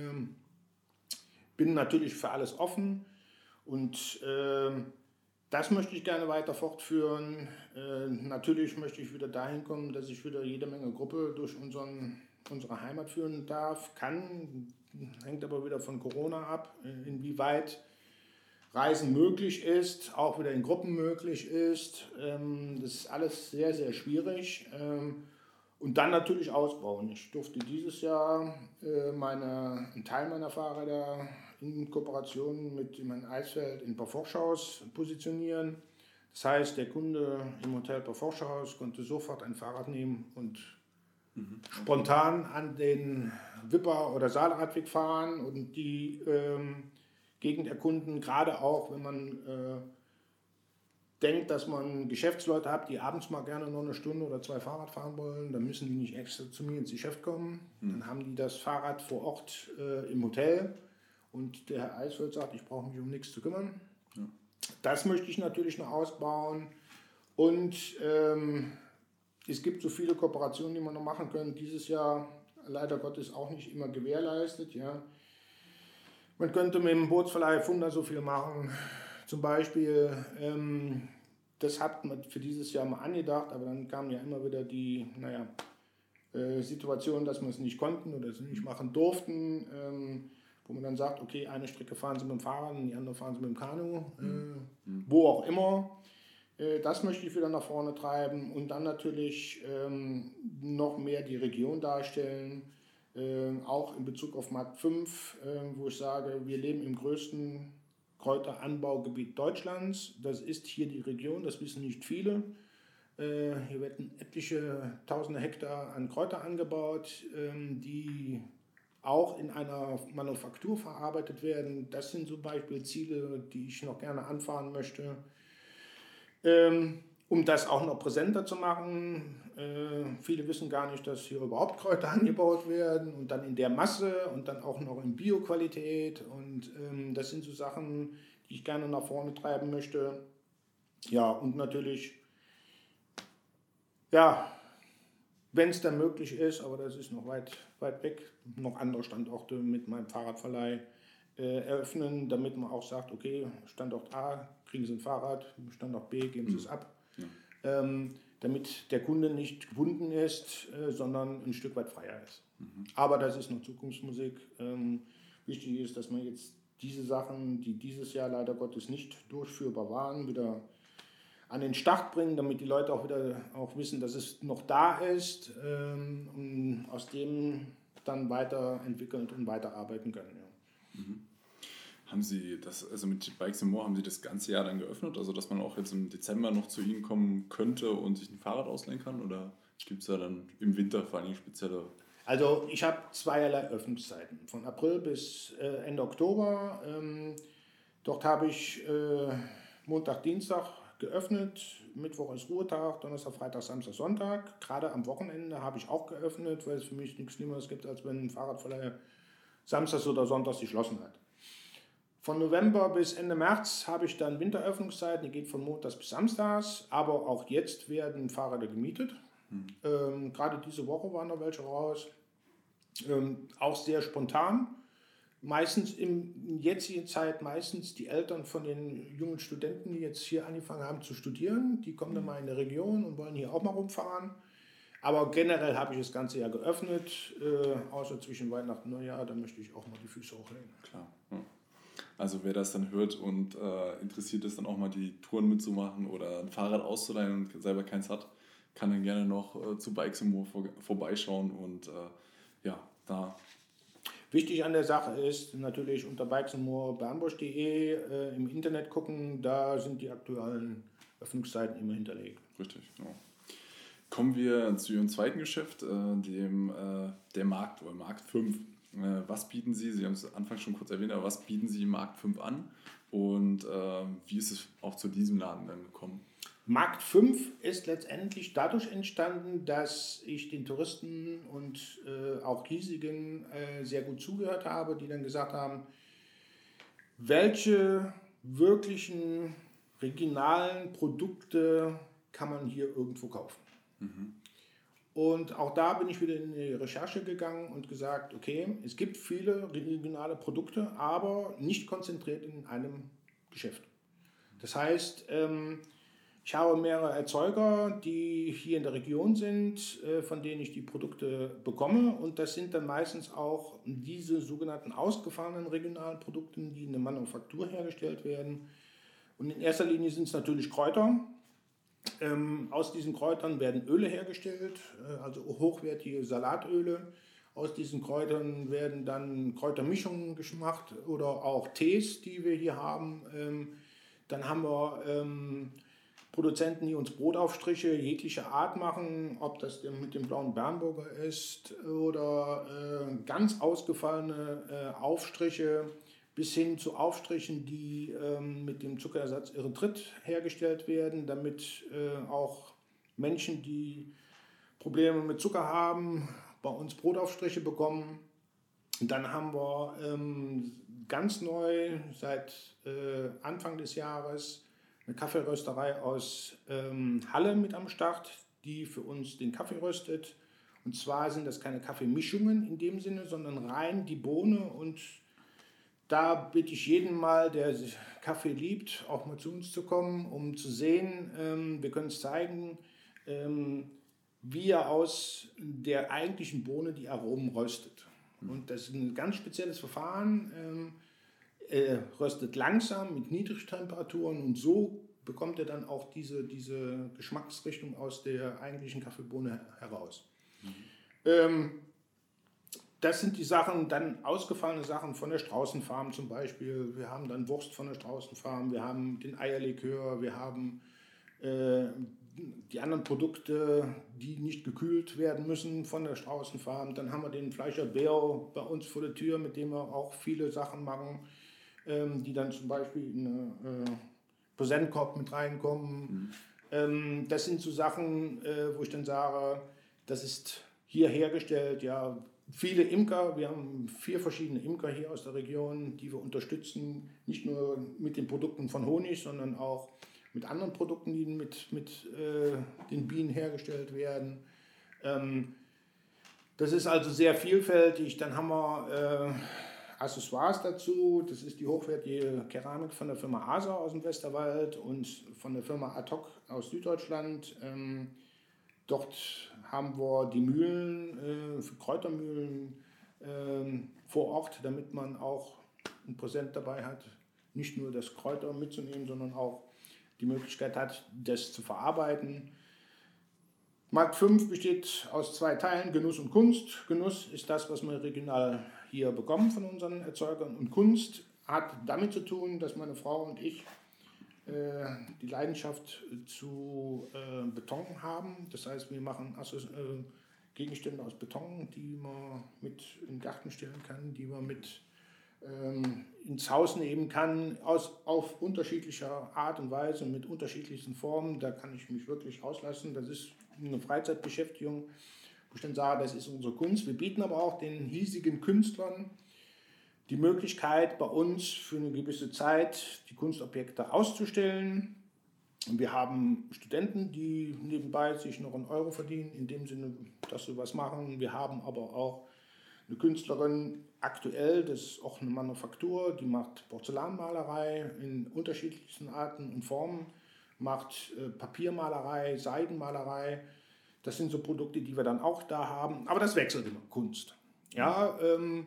Bin natürlich für alles offen und das möchte ich gerne weiter fortführen. Natürlich möchte ich wieder dahin kommen, dass ich wieder jede Menge Gruppe durch unsere Heimat führen kann. Hängt aber wieder von Corona ab, inwieweit Reisen möglich ist, auch wieder in Gruppen möglich ist. Das ist alles sehr, sehr schwierig. Und dann natürlich ausbauen. Ich durfte dieses Jahr einen Teil meiner Fahrräder in Kooperation mit meinem Eisfeld in Parforschhaus positionieren. Das heißt, der Kunde im Hotel Parforschhaus konnte sofort ein Fahrrad nehmen und spontan an den Wipper- oder Saalradweg fahren und die Gegend erkunden, gerade auch, wenn man denkt, dass man Geschäftsleute hat, die abends mal gerne noch eine Stunde oder 2 Fahrrad fahren wollen, dann müssen die nicht extra zu mir ins Geschäft kommen. Dann haben die das Fahrrad vor Ort im Hotel und der Herr Eisfeld sagt, ich brauche mich um nichts zu kümmern. Ja. Das möchte ich natürlich noch ausbauen und es gibt so viele Kooperationen, die man noch machen können. Dieses Jahr leider Gottes auch nicht immer gewährleistet. Ja. Man könnte mit dem Bootsverleih Funder so viel machen. Zum Beispiel, das hat man für dieses Jahr mal angedacht, aber dann kam ja immer wieder die Situation, dass wir es nicht konnten oder es nicht machen durften, wo man dann sagt, okay, eine Strecke fahren Sie mit dem Fahrrad und die andere fahren Sie mit dem Kanu, wo auch immer. Das möchte ich wieder nach vorne treiben und dann natürlich noch mehr die Region darstellen, auch in Bezug auf Markt 5, wo ich sage, wir leben im größten Kräuteranbaugebiet Deutschlands. Das ist hier die Region, das wissen nicht viele. Hier werden etliche tausende Hektar an Kräuter angebaut, die auch in einer Manufaktur verarbeitet werden. Das sind zum Beispiel Ziele, die ich noch gerne anfahren möchte. Um das auch noch präsenter zu machen. Viele wissen gar nicht, dass hier überhaupt Kräuter angebaut werden und dann in der Masse und dann auch noch in Bio-Qualität. Und das sind so Sachen, die ich gerne nach vorne treiben möchte. Ja, und natürlich, ja, wenn es dann möglich ist, aber das ist noch weit weg, noch andere Standorte mit meinem Fahrradverleih eröffnen, damit man auch sagt, okay, Standort A kriegen Sie ein Fahrrad, Standort B geben Sie es ab. Ja. Damit der Kunde nicht gebunden ist, sondern ein Stück weit freier ist. Aber das ist noch Zukunftsmusik. Wichtig ist, dass man jetzt diese Sachen, die dieses Jahr leider Gottes nicht durchführbar waren, wieder an den Start bringen, damit die Leute auch wieder wissen, dass es noch da ist und aus dem dann weiterentwickeln und weiterarbeiten können. Ja. Haben Sie das, also mit Bikes & More, haben Sie das ganze Jahr dann geöffnet, also dass man auch jetzt im Dezember noch zu Ihnen kommen könnte und sich ein Fahrrad ausleihen kann, oder gibt es da dann im Winter vor allem spezielle? Also ich habe zweierlei Öffnungszeiten, von April bis Ende Oktober. Dort habe ich Montag, Dienstag geöffnet, Mittwoch ist Ruhetag, Donnerstag, Freitag, Samstag, Sonntag. Gerade am Wochenende habe ich auch geöffnet, weil es für mich nichts Schlimmeres gibt, als wenn ein Fahrradverleih samstags oder sonntags geschlossen hat. Von November bis Ende März habe ich dann Winteröffnungszeiten, die geht von Montags bis Samstags, aber auch jetzt werden Fahrräder gemietet. Gerade diese Woche waren noch welche raus, auch sehr spontan. Meistens in jetziger Zeit die Eltern von den jungen Studenten, die jetzt hier angefangen haben zu studieren, die kommen dann mal in der Region und wollen hier auch mal rumfahren. Aber generell habe ich das ganze Jahr geöffnet, außer zwischen Weihnachten und Neujahr, da möchte ich auch mal die Füße hochlegen. Klar. Ja. Also wer das dann hört und interessiert ist, dann auch mal die Touren mitzumachen oder ein Fahrrad auszuleihen und selber keins hat, kann dann gerne noch zu Bikes & More vorbeischauen und da. Wichtig an der Sache ist natürlich unter bikesandmore bernbusch.de im Internet gucken, da sind die aktuellen Öffnungszeiten immer hinterlegt. Richtig, ja. Kommen wir zu Ihrem zweiten Geschäft, der Markt 5. Was bieten Sie? Sie haben es anfangs schon kurz erwähnt, aber was bieten Sie im Markt 5 an und wie ist es auch zu diesem Laden dann gekommen? Markt 5 ist letztendlich dadurch entstanden, dass ich den Touristen und auch Hiesigen sehr gut zugehört habe, die dann gesagt haben, welche wirklichen regionalen Produkte kann man hier irgendwo kaufen. Und auch da bin ich wieder in die Recherche gegangen und gesagt, okay, es gibt viele regionale Produkte, aber nicht konzentriert in einem Geschäft. Das heißt, ich habe mehrere Erzeuger, die hier in der Region sind, von denen ich die Produkte bekomme. Und das sind dann meistens auch diese sogenannten ausgefallenen regionalen Produkte, die in der Manufaktur hergestellt werden. Und in erster Linie sind es natürlich Kräuter. Aus diesen Kräutern werden Öle hergestellt, also hochwertige Salatöle. Aus diesen Kräutern werden dann Kräutermischungen gemacht oder auch Tees, die wir hier haben. Dann haben wir Produzenten, die uns Brotaufstriche jeglicher Art machen, ob das mit dem blauen Bernburger ist oder ganz ausgefallene Aufstriche bis hin zu Aufstrichen, die mit dem Zuckerersatz Erythrit hergestellt werden, damit auch Menschen, die Probleme mit Zucker haben, bei uns Brotaufstriche bekommen. Und dann haben wir ganz neu seit Anfang des Jahres eine Kaffeerösterei aus Halle mit am Start, die für uns den Kaffee röstet. Und zwar sind das keine Kaffeemischungen in dem Sinne, sondern rein die Bohne und da bitte ich jeden mal, der Kaffee liebt, auch mal zu uns zu kommen, um zu sehen, wir können es zeigen, wie er aus der eigentlichen Bohne die Aromen röstet. Und das ist ein ganz spezielles Verfahren. Er röstet langsam mit Niedrigtemperaturen und so bekommt er dann auch diese Geschmacksrichtung aus der eigentlichen Kaffeebohne heraus. Das sind die Sachen, dann ausgefallene Sachen von der Straußenfarm zum Beispiel. Wir haben dann Wurst von der Straußenfarm, wir haben den Eierlikör, wir haben die anderen Produkte, die nicht gekühlt werden müssen von der Straußenfarm. Dann haben wir den Fleischer Bär bei uns vor der Tür, mit dem wir auch viele Sachen machen, die dann zum Beispiel in einen Präsentkorb mit reinkommen. Das sind so Sachen, wo ich dann sage, das ist hier hergestellt. Ja, viele Imker, wir haben 4 verschiedene Imker hier aus der Region, die wir unterstützen, nicht nur mit den Produkten von Honig, sondern auch mit anderen Produkten, die mit den Bienen hergestellt werden. Das ist also sehr vielfältig. Dann haben wir Accessoires dazu. Das ist die hochwertige Keramik von der Firma Asa aus dem Westerwald und von der Firma Ad-Hoc aus Süddeutschland. Dort haben wir die Mühlen, für Kräutermühlen vor Ort, damit man auch ein Präsent dabei hat, nicht nur das Kräuter mitzunehmen, sondern auch die Möglichkeit hat, das zu verarbeiten. Markt 5 besteht aus 2 Teilen, Genuss und Kunst. Genuss ist das, was wir regional hier bekommen von unseren Erzeugern. Und Kunst hat damit zu tun, dass meine Frau und ich die Leidenschaft zu Beton haben. Das heißt, wir machen Gegenstände aus Beton, die man mit in den Garten stellen kann, die man mit ins Haus nehmen kann, auf unterschiedlicher Art und Weise, mit unterschiedlichsten Formen. Da kann ich mich wirklich auslassen. Das ist eine Freizeitbeschäftigung, wo ich dann sage, das ist unsere Kunst. Wir bieten aber auch den hiesigen Künstlern die Möglichkeit, bei uns für eine gewisse Zeit die Kunstobjekte auszustellen. Und wir haben Studenten, die nebenbei sich noch einen Euro verdienen, in dem Sinne, dass sie was machen. Wir haben aber auch eine Künstlerin aktuell, das ist auch eine Manufaktur, die macht Porzellanmalerei in unterschiedlichsten Arten und Formen, macht Papiermalerei, Seidenmalerei. Das sind so Produkte, die wir dann auch da haben. Aber das wechselt immer, Kunst. Ja,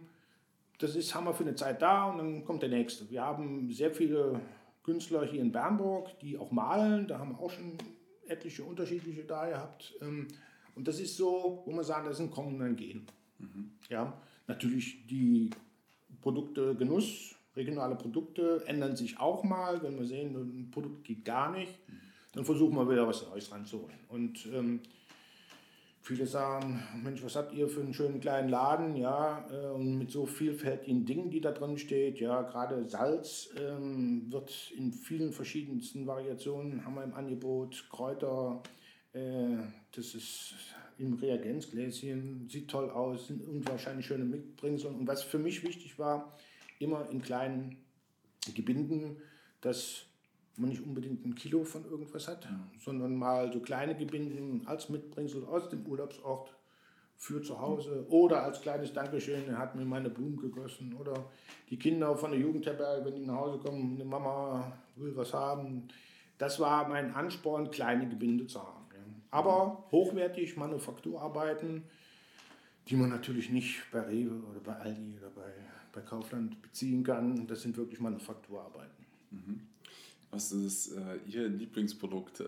haben wir für eine Zeit da und dann kommt der nächste. Wir haben sehr viele Künstler hier in Bernburg, die auch malen. Da haben wir auch schon etliche unterschiedliche da gehabt. Und das ist so, wo man sagen, das ist ein Kommen und ein Gehen. Ja, natürlich die Produkte Genuss, regionale Produkte ändern sich auch mal. Wenn wir sehen, ein Produkt geht gar nicht, dann versuchen wir wieder was Neues ranzuholen. Und viele sagen, Mensch, was habt ihr für einen schönen kleinen Laden? Ja, und mit so vielfältigen Dingen, die da drin steht. Ja, gerade Salz wird in vielen verschiedensten Variationen, haben wir im Angebot, Kräuter, das ist im Reagenzgläschen, sieht toll aus, sind unwahrscheinlich schöne Mitbringsel. Und was für mich wichtig war, immer in kleinen Gebinden, dass man nicht unbedingt ein Kilo von irgendwas hat, sondern mal so kleine Gebinden als Mitbringsel aus dem Urlaubsort für zu Hause oder als kleines Dankeschön, er hat mir meine Blumen gegossen oder die Kinder von der Jugendherberge, wenn die nach Hause kommen, eine Mama will was haben. Das war mein Ansporn, kleine Gebinde zu haben. Aber hochwertig Manufakturarbeiten, die man natürlich nicht bei Rewe oder bei Aldi oder bei Kaufland beziehen kann. Das sind wirklich Manufakturarbeiten. Was ist Ihr Lieblingsprodukt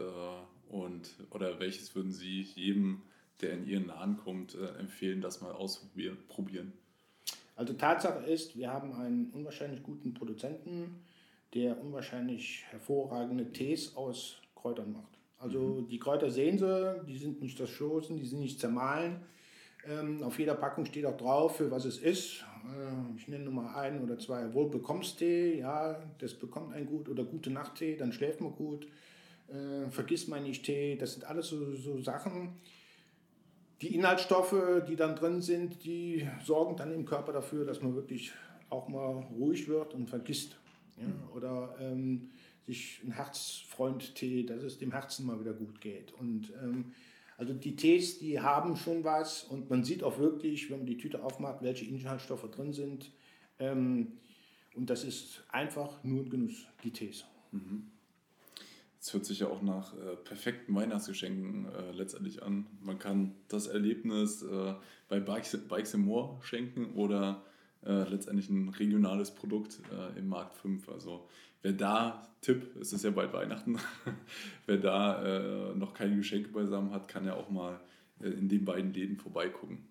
oder welches würden Sie jedem, der in Ihren Laden kommt, empfehlen, das mal ausprobieren? Also Tatsache ist, wir haben einen unwahrscheinlich guten Produzenten, der unwahrscheinlich hervorragende Tees aus Kräutern macht. Also die Kräuter sehen Sie, die sind nicht zerstoßen, die sind nicht zermahlen. Auf jeder Packung steht auch drauf, für was es ist. Ich nenne nur mal 1 oder 2 Wohlbekommstee, ja, das bekommt einen gut, oder gute Nachttee, dann schläft man gut. Vergiss mal nicht Tee, das sind alles so Sachen. Die Inhaltsstoffe, die dann drin sind, die sorgen dann im Körper dafür, dass man wirklich auch mal ruhig wird und vergisst. Ja? Oder sich ein Herzfreund-Tee, dass es dem Herzen mal wieder gut geht. Und also die Tees, die haben schon was und man sieht auch wirklich, wenn man die Tüte aufmacht, welche Inhaltsstoffe drin sind. Und Und das ist einfach nur ein Genuss, die Tees. Das hört sich ja auch nach perfekten Weihnachtsgeschenken letztendlich an. Man kann das Erlebnis bei Bikes More schenken oder letztendlich ein regionales Produkt im Markt 5. Also wer da, Tipp, es ist ja bald Weihnachten, wer da noch keine Geschenke beisammen hat, kann ja auch mal in den beiden Läden vorbeigucken.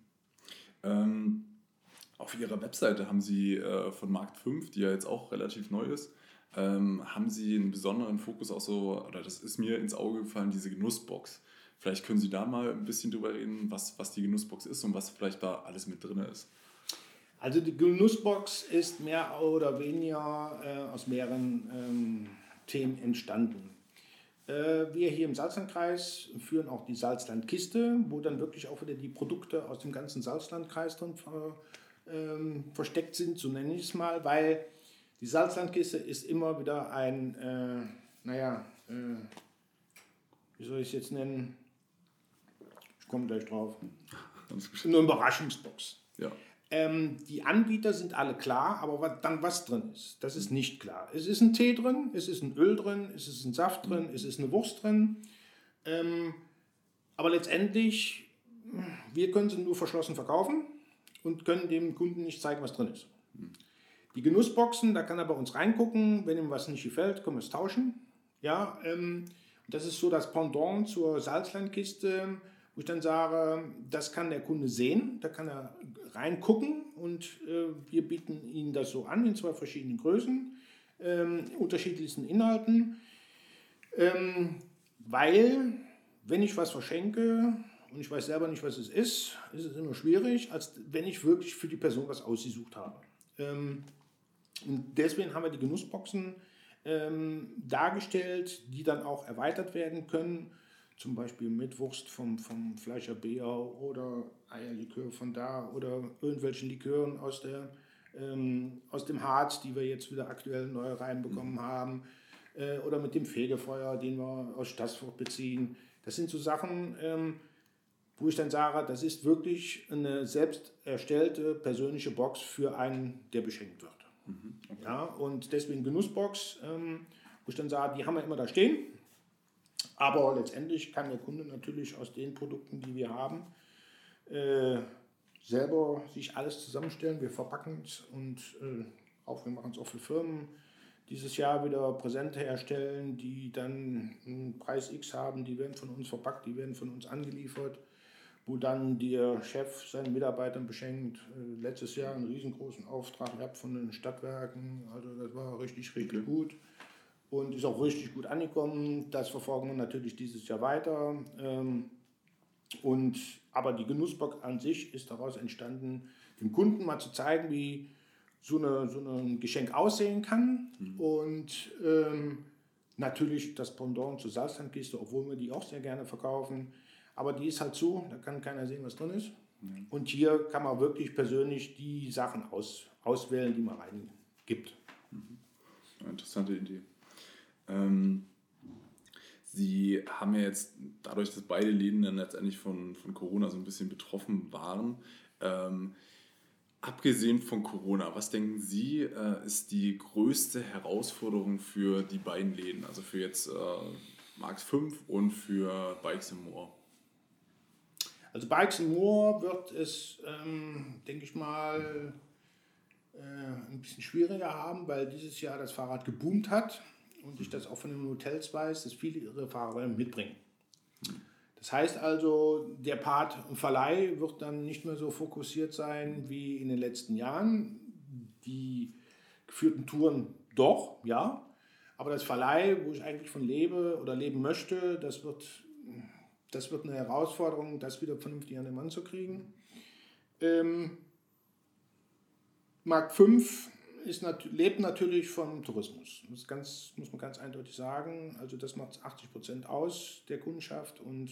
Auf ihrer Webseite haben sie von Markt 5, die ja jetzt auch relativ neu ist, haben sie einen besonderen Fokus auch so, oder das ist mir ins Auge gefallen, diese Genussbox. Vielleicht können Sie da mal ein bisschen drüber reden, was die Genussbox ist und was vielleicht da alles mit drin ist. Also die Genussbox ist mehr oder weniger aus mehreren Themen entstanden. Wir hier im Salzlandkreis führen auch die Salzlandkiste, wo dann wirklich auch wieder die Produkte aus dem ganzen Salzlandkreis drin versteckt sind, so nenne ich es mal, weil die Salzlandkiste ist immer wieder ein, wie soll ich es jetzt nennen? Ich komme gleich drauf. Eine Überraschungsbox. Ja. Die Anbieter sind alle klar, aber was drin ist, das ist nicht klar. Es ist ein Tee drin, es ist ein Öl drin, es ist ein Saft drin, es ist eine Wurst drin. Aber letztendlich, wir können sie nur verschlossen verkaufen und können dem Kunden nicht zeigen, was drin ist. Die Genussboxen, da kann er bei uns reingucken, wenn ihm was nicht gefällt, können wir es tauschen. Ja, das ist so das Pendant zur Salzlandkiste, wo ich dann sage, das kann der Kunde sehen, da kann er reingucken und wir bieten Ihnen das so an in 2 verschiedenen Größen, unterschiedlichsten Inhalten, weil wenn ich was verschenke und ich weiß selber nicht, was es ist es immer schwierig, als wenn ich wirklich für die Person was ausgesucht habe. Und deswegen haben wir die Genussboxen dargestellt, die dann auch erweitert werden können, zum Beispiel mit Wurst vom Fleischer Beau oder Eierlikör von da oder irgendwelchen Likören aus dem Harz, die wir jetzt wieder aktuell neu reinbekommen haben, oder mit dem Fegefeuer, den wir aus Stassfurt beziehen. Das sind so Sachen, wo ich dann sage, das ist wirklich eine selbst erstellte persönliche Box für einen, der beschenkt wird. Okay. Ja, und deswegen Genussbox, wo ich dann sage, die haben wir immer da stehen. Aber letztendlich kann der Kunde natürlich aus den Produkten, die wir haben, selber sich alles zusammenstellen. Wir verpacken es und wir machen es auch für Firmen. Dieses Jahr wieder Präsente herstellen, die dann einen Preis X haben, die werden von uns verpackt, die werden von uns angeliefert, wo dann der Chef seinen Mitarbeitern beschenkt. Letztes Jahr einen riesengroßen Auftrag gehabt von den Stadtwerken, also das war richtig gut. Und ist auch richtig gut angekommen. Das verfolgen wir natürlich dieses Jahr weiter. Aber die Genussbox an sich ist daraus entstanden, dem Kunden mal zu zeigen, wie so ein Geschenk aussehen kann. Und natürlich das Pendant zur Salzlandkiste, obwohl wir die auch sehr gerne verkaufen. Aber die ist halt so, da kann keiner sehen, was drin ist. Und hier kann man wirklich persönlich die Sachen auswählen, die man reingibt. Interessante Idee. Sie haben ja jetzt, dadurch, dass beide Läden dann letztendlich von Corona so ein bisschen betroffen waren, abgesehen von Corona, was denken Sie, ist die größte Herausforderung für die beiden Läden, also für jetzt Markt 5 und für Bikes More? Also Bikes More wird es, denke ich mal, ein bisschen schwieriger haben, weil dieses Jahr das Fahrrad geboomt hat und ich das auch von den Hotels weiß, dass viele ihre Fahrer mitbringen. Das heißt also, der Part Verleih wird dann nicht mehr so fokussiert sein wie in den letzten Jahren. Die geführten Touren doch, ja, aber das Verleih, wo ich eigentlich von lebe oder leben möchte, das wird eine Herausforderung, das wieder vernünftig an den Mann zu kriegen. Markt 5 lebt natürlich vom Tourismus. Das muss man ganz eindeutig sagen. Also das macht 80% aus der Kundschaft und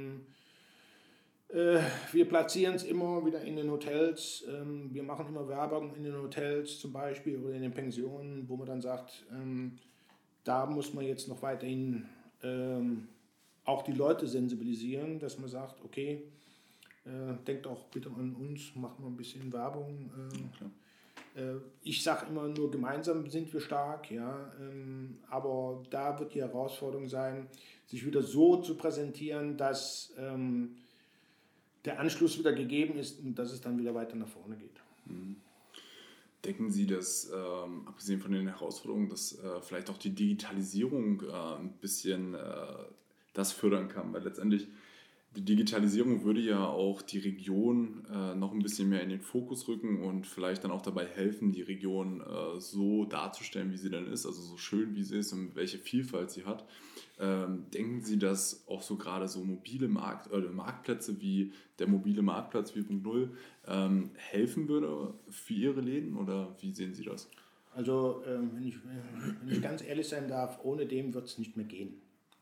wir platzieren es immer wieder in den Hotels. Wir machen immer Werbung in den Hotels zum Beispiel oder in den Pensionen, wo man dann sagt, da muss man jetzt noch weiterhin auch die Leute sensibilisieren, dass man sagt, okay, denkt auch bitte an uns, macht mal ein bisschen Werbung. Ich sage immer nur, gemeinsam sind wir stark, ja, aber da wird die Herausforderung sein, sich wieder so zu präsentieren, dass der Anschluss wieder gegeben ist und dass es dann wieder weiter nach vorne geht. Denken Sie, dass, abgesehen von den Herausforderungen, dass vielleicht auch die Digitalisierung ein bisschen das fördern kann? Weil letztendlich die Digitalisierung würde ja auch die Region noch ein bisschen mehr in den Fokus rücken und vielleicht dann auch dabei helfen, die Region so darzustellen, wie sie dann ist, also so schön, wie sie ist und welche Vielfalt sie hat. Denken Sie, dass auch so gerade so mobile Marktplätze wie der mobile Marktplatz 4.0 helfen würde für Ihre Läden oder wie sehen Sie das? Also wenn ich ganz ehrlich sein darf, ohne dem wird es nicht mehr gehen.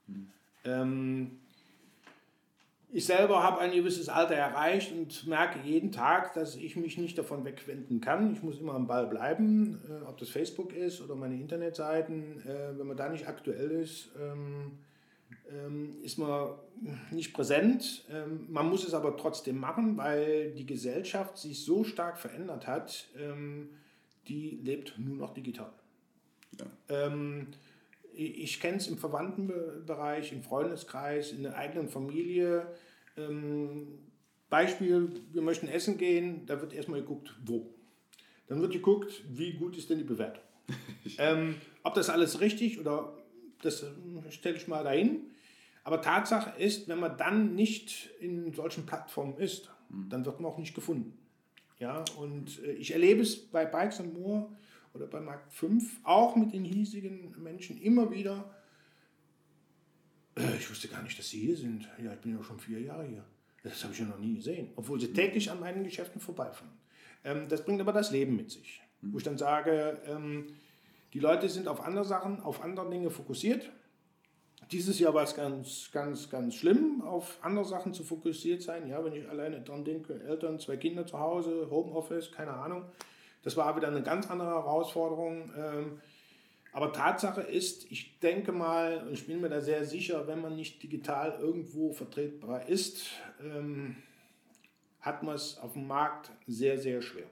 Ich selber habe ein gewisses Alter erreicht und merke jeden Tag, dass ich mich nicht davon wegwenden kann. Ich muss immer am Ball bleiben, ob das Facebook ist oder meine Internetseiten. Wenn man da nicht aktuell ist, ist man nicht präsent. Man muss es aber trotzdem machen, weil die Gesellschaft sich so stark verändert hat, die lebt nur noch digital. Ja. Ich kenne es im Verwandtenbereich, im Freundeskreis, in der eigenen Familie. Beispiel, wir möchten essen gehen, da wird erstmal geguckt, wo. Dann wird geguckt, wie gut ist denn die Bewertung. Ob das alles richtig oder das stelle ich mal dahin. Aber Tatsache ist, wenn man dann nicht in solchen Plattformen ist, dann wird man auch nicht gefunden. Ja, und ich erlebe es bei Bikes and More oder bei Markt 5, auch mit den hiesigen Menschen immer wieder. Ich wusste gar nicht, dass Sie hier sind. Ja, ich bin ja schon 4 Jahre hier. Das habe ich ja noch nie gesehen. Obwohl Sie täglich an meinen Geschäften vorbeifahren. Das bringt aber das Leben mit sich. Wo ich dann sage, die Leute sind auf andere Sachen, auf andere Dinge fokussiert. Dieses Jahr war es ganz, ganz, ganz schlimm, auf andere Sachen zu fokussiert sein. Ja, wenn ich alleine dran denke, Eltern, 2 Kinder zu Hause, Homeoffice, keine Ahnung. Das war wieder eine ganz andere Herausforderung. Aber Tatsache ist, ich denke mal, und ich bin mir da sehr sicher, wenn man nicht digital irgendwo vertretbar ist, hat man es auf dem Markt sehr, sehr schwer.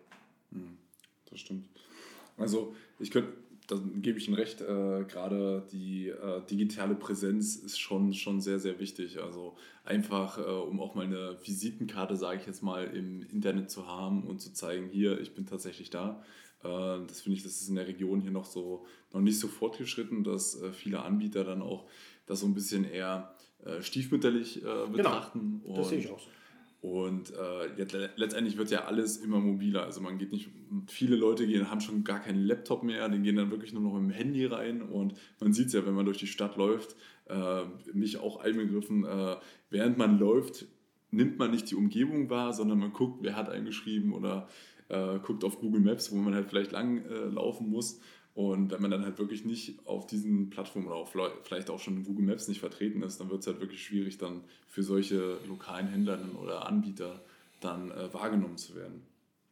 Das stimmt. Also da gebe ich Ihnen recht, gerade die digitale Präsenz ist schon sehr, sehr wichtig. Also einfach, um auch mal eine Visitenkarte, sage ich jetzt mal, im Internet zu haben und zu zeigen, hier, ich bin tatsächlich da. Das finde ich, das ist in der Region hier noch nicht so fortgeschritten, dass viele Anbieter dann auch das so ein bisschen eher stiefmütterlich betrachten. Genau, das sehe ich auch so. Und letztendlich wird ja alles immer mobiler. Also man geht nicht, viele Leute haben schon gar keinen Laptop mehr, die gehen dann wirklich nur noch mit dem Handy rein. Und man sieht es ja, wenn man durch die Stadt läuft, mich auch einbegriffen, während man läuft, nimmt man nicht die Umgebung wahr, sondern man guckt, wer hat eingeschrieben oder guckt auf Google Maps, wo man halt vielleicht lang laufen muss. Und wenn man dann halt wirklich nicht auf diesen Plattformen oder auch vielleicht auch schon in Google Maps nicht vertreten ist, dann wird es halt wirklich schwierig, dann für solche lokalen Händler oder Anbieter dann wahrgenommen zu werden.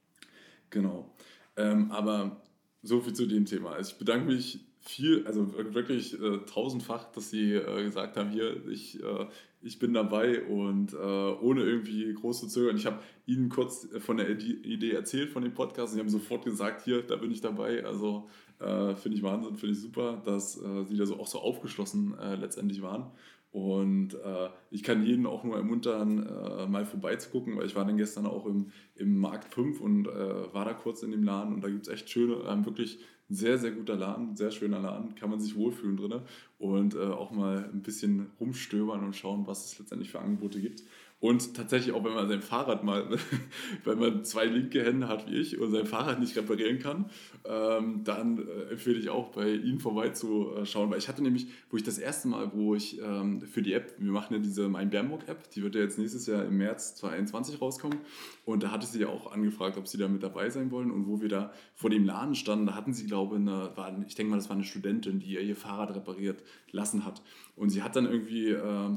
Genau. Aber so viel zu dem Thema. Also ich bedanke mich also wirklich tausendfach, dass Sie gesagt haben, hier, ich bin dabei und ohne irgendwie groß zu zögern. Ich habe Ihnen kurz von der Idee erzählt, von dem Podcast, und Sie haben sofort gesagt, hier, da bin ich dabei. Also finde ich Wahnsinn, finde ich super, dass Sie da auch so aufgeschlossen letztendlich waren. Und ich kann jeden auch nur ermuntern, mal vorbeizugucken, weil ich war dann gestern auch im Markt 5 und war da kurz in dem Laden, und da gibt es echt schöne, wirklich ein sehr, sehr guter Laden, sehr schöner Laden, kann man sich wohlfühlen drin und auch mal ein bisschen rumstöbern und schauen, was es letztendlich für Angebote gibt. Und tatsächlich auch, wenn man sein Fahrrad wenn man 2 linke Hände hat wie ich und sein Fahrrad nicht reparieren kann, dann empfehle ich auch, bei Ihnen vorbeizuschauen. Weil ich hatte nämlich, wo ich das erste Mal, wo ich für die App, wir machen ja diese Mein Bernburg App, die wird ja jetzt nächstes Jahr im März 2021 rauskommen, und da hatte sie ja auch angefragt, ob sie da mit dabei sein wollen, und wo wir da vor dem Laden standen, da hatten sie, glaube ich, ich denke mal, das war eine Studentin, die ihr Fahrrad repariert lassen hat, und sie hat dann irgendwie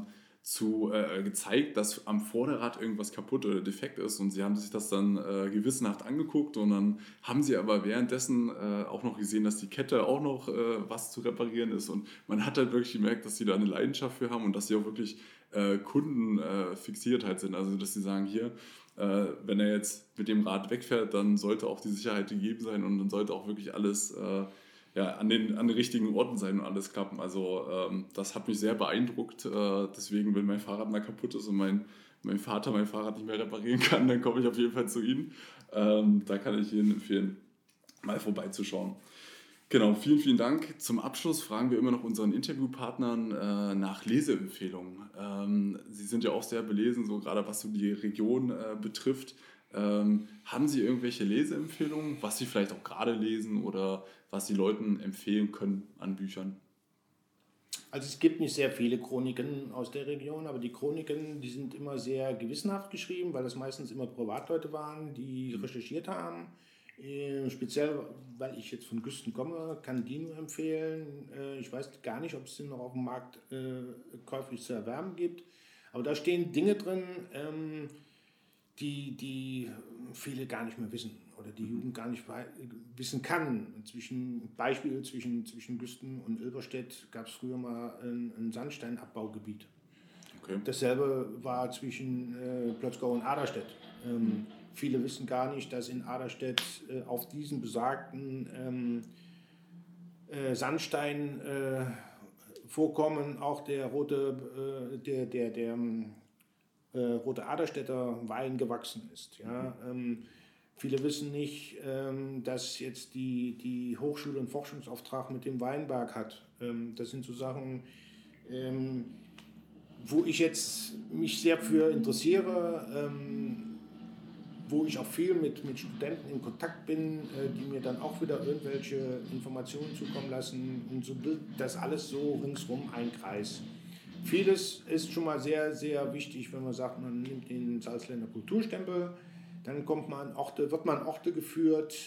gezeigt, dass am Vorderrad irgendwas kaputt oder defekt ist, und sie haben sich das dann gewissenhaft angeguckt, und dann haben sie aber währenddessen auch noch gesehen, dass die Kette auch noch was zu reparieren ist, und man hat halt wirklich gemerkt, dass sie da eine Leidenschaft für haben und dass sie auch wirklich Kunden fixiert halt sind, also dass sie sagen, hier, wenn er jetzt mit dem Rad wegfährt, dann sollte auch die Sicherheit gegeben sein und dann sollte auch wirklich alles an den richtigen Orten sein und alles klappen. Also das hat mich sehr beeindruckt. Deswegen, wenn mein Fahrrad mal kaputt ist und mein Vater mein Fahrrad nicht mehr reparieren kann, dann komme ich auf jeden Fall zu Ihnen. Da kann ich Ihnen empfehlen, mal vorbeizuschauen. Genau, vielen, vielen Dank. Zum Abschluss fragen wir immer noch unseren Interviewpartnern nach Leseempfehlungen. Sie sind ja auch sehr belesen, so gerade was so die Region betrifft. Haben Sie irgendwelche Leseempfehlungen, was Sie vielleicht auch gerade lesen oder was Sie Leuten empfehlen können an Büchern? Also es gibt nicht sehr viele Chroniken aus der Region, aber die Chroniken, die sind immer sehr gewissenhaft geschrieben, weil das meistens immer Privatleute waren, die recherchiert haben. Speziell, weil ich jetzt von Güsten komme, kann die nur empfehlen. Ich weiß gar nicht, ob es den noch auf dem Markt käuflich zu erwerben gibt, aber da stehen Dinge drin, die viele gar nicht mehr wissen oder die Jugend gar nicht wissen kann. Beispiel zwischen Güsten und Ilberstedt gab es früher mal ein Sandsteinabbaugebiet. Okay. Dasselbe war zwischen Plötzgau und Aderstedt. Viele wissen gar nicht, dass in Aderstedt auf diesen besagten Sandstein Vorkommen auch der rote Aderstädter Wein gewachsen ist. Ja? Viele wissen nicht, dass jetzt die Hochschule einen Forschungsauftrag mit dem Weinberg hat. Das sind so Sachen, wo ich jetzt mich sehr für interessiere, wo ich auch viel mit Studenten in Kontakt bin, die mir dann auch wieder irgendwelche Informationen zukommen lassen, und so bildet das alles so ringsrum ein Kreis. Vieles ist schon mal sehr, sehr wichtig, wenn man sagt, man nimmt den Salzländer Kulturstempel, dann wird man an Orte geführt,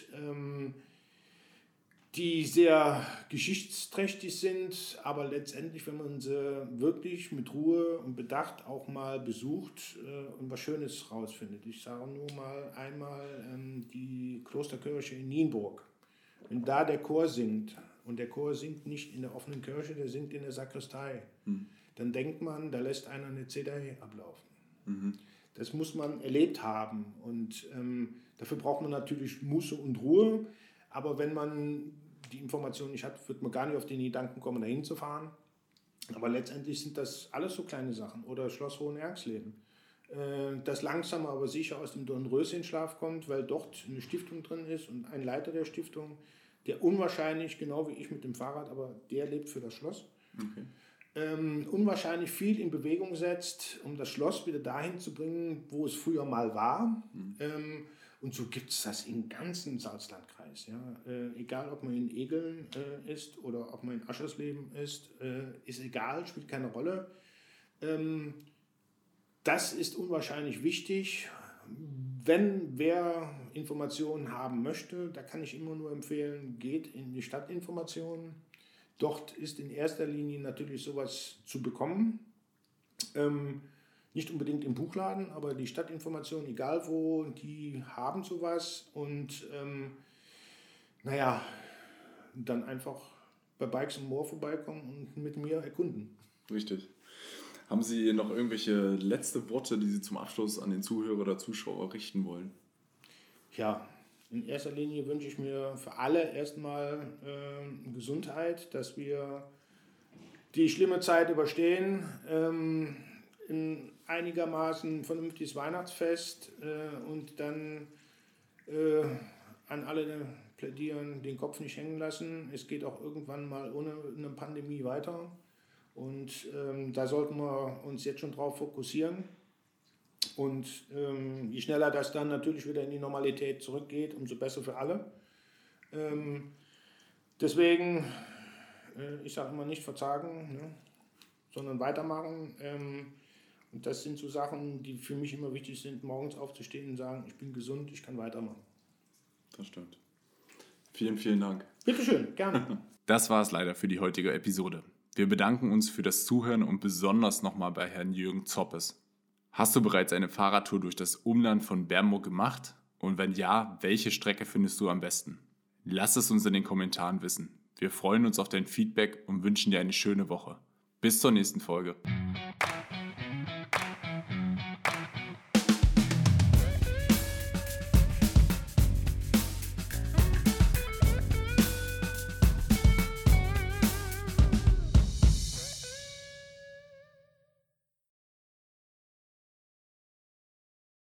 die sehr geschichtsträchtig sind, aber letztendlich, wenn man sie wirklich mit Ruhe und Bedacht auch mal besucht und was Schönes rausfindet. Ich sage nur mal einmal die Klosterkirche in Nienburg. Wenn da der Chor singt, und der Chor singt nicht in der offenen Kirche, der singt in der Sakristei, dann denkt man, da lässt einer eine CD ablaufen. Das muss man erlebt haben, und dafür braucht man natürlich Muße und Ruhe, aber wenn man die Information nicht hat, wird man gar nicht auf den Gedanken kommen, dahin zu fahren. Aber letztendlich sind das alles so kleine Sachen. Oder Schloss Hohenergsleben, das langsam aber sicher aus dem Dornröschenschlaf kommt, weil dort eine Stiftung drin ist und ein Leiter der Stiftung, der unwahrscheinlich, genau wie ich mit dem Fahrrad, aber der lebt für das Schloss. Okay. Unwahrscheinlich viel in Bewegung setzt, um das Schloss wieder dahin zu bringen, wo es früher mal war. Und so gibt es das im ganzen Salzlandkreis. Ja. Egal, ob man in Egeln ist oder ob man in Aschersleben ist egal, spielt keine Rolle. Das ist unwahrscheinlich wichtig. Wenn wer Informationen haben möchte, da kann ich immer nur empfehlen, geht in die Stadtinformationen. Dort ist in erster Linie natürlich sowas zu bekommen. Nicht unbedingt im Buchladen, aber die Stadtinformationen, egal wo, die haben sowas. Und dann einfach bei Bikes and More vorbeikommen und mit mir erkunden. Richtig. Haben Sie noch irgendwelche letzte Worte, die Sie zum Abschluss an den Zuhörer oder Zuschauer richten wollen? Ja, in erster Linie wünsche ich mir für alle erstmal Gesundheit, dass wir die schlimme Zeit überstehen, ein einigermaßen vernünftiges Weihnachtsfest und dann an alle plädieren, den Kopf nicht hängen lassen. Es geht auch irgendwann mal ohne eine Pandemie weiter, und da sollten wir uns jetzt schon drauf fokussieren. Und je schneller das dann natürlich wieder in die Normalität zurückgeht, umso besser für alle. Deswegen, ich sage immer, nicht verzagen, ne, sondern weitermachen. Und das sind so Sachen, die für mich immer wichtig sind, morgens aufzustehen und sagen, ich bin gesund, ich kann weitermachen. Das stimmt. Vielen, vielen Dank. Bitteschön, gerne. Das war es leider für die heutige Episode. Wir bedanken uns für das Zuhören und besonders nochmal bei Herrn Jürgen Zoppes. Hast du bereits eine Fahrradtour durch das Umland von Bernburg gemacht? Und wenn ja, welche Strecke findest du am besten? Lass es uns in den Kommentaren wissen. Wir freuen uns auf dein Feedback und wünschen dir eine schöne Woche. Bis zur nächsten Folge.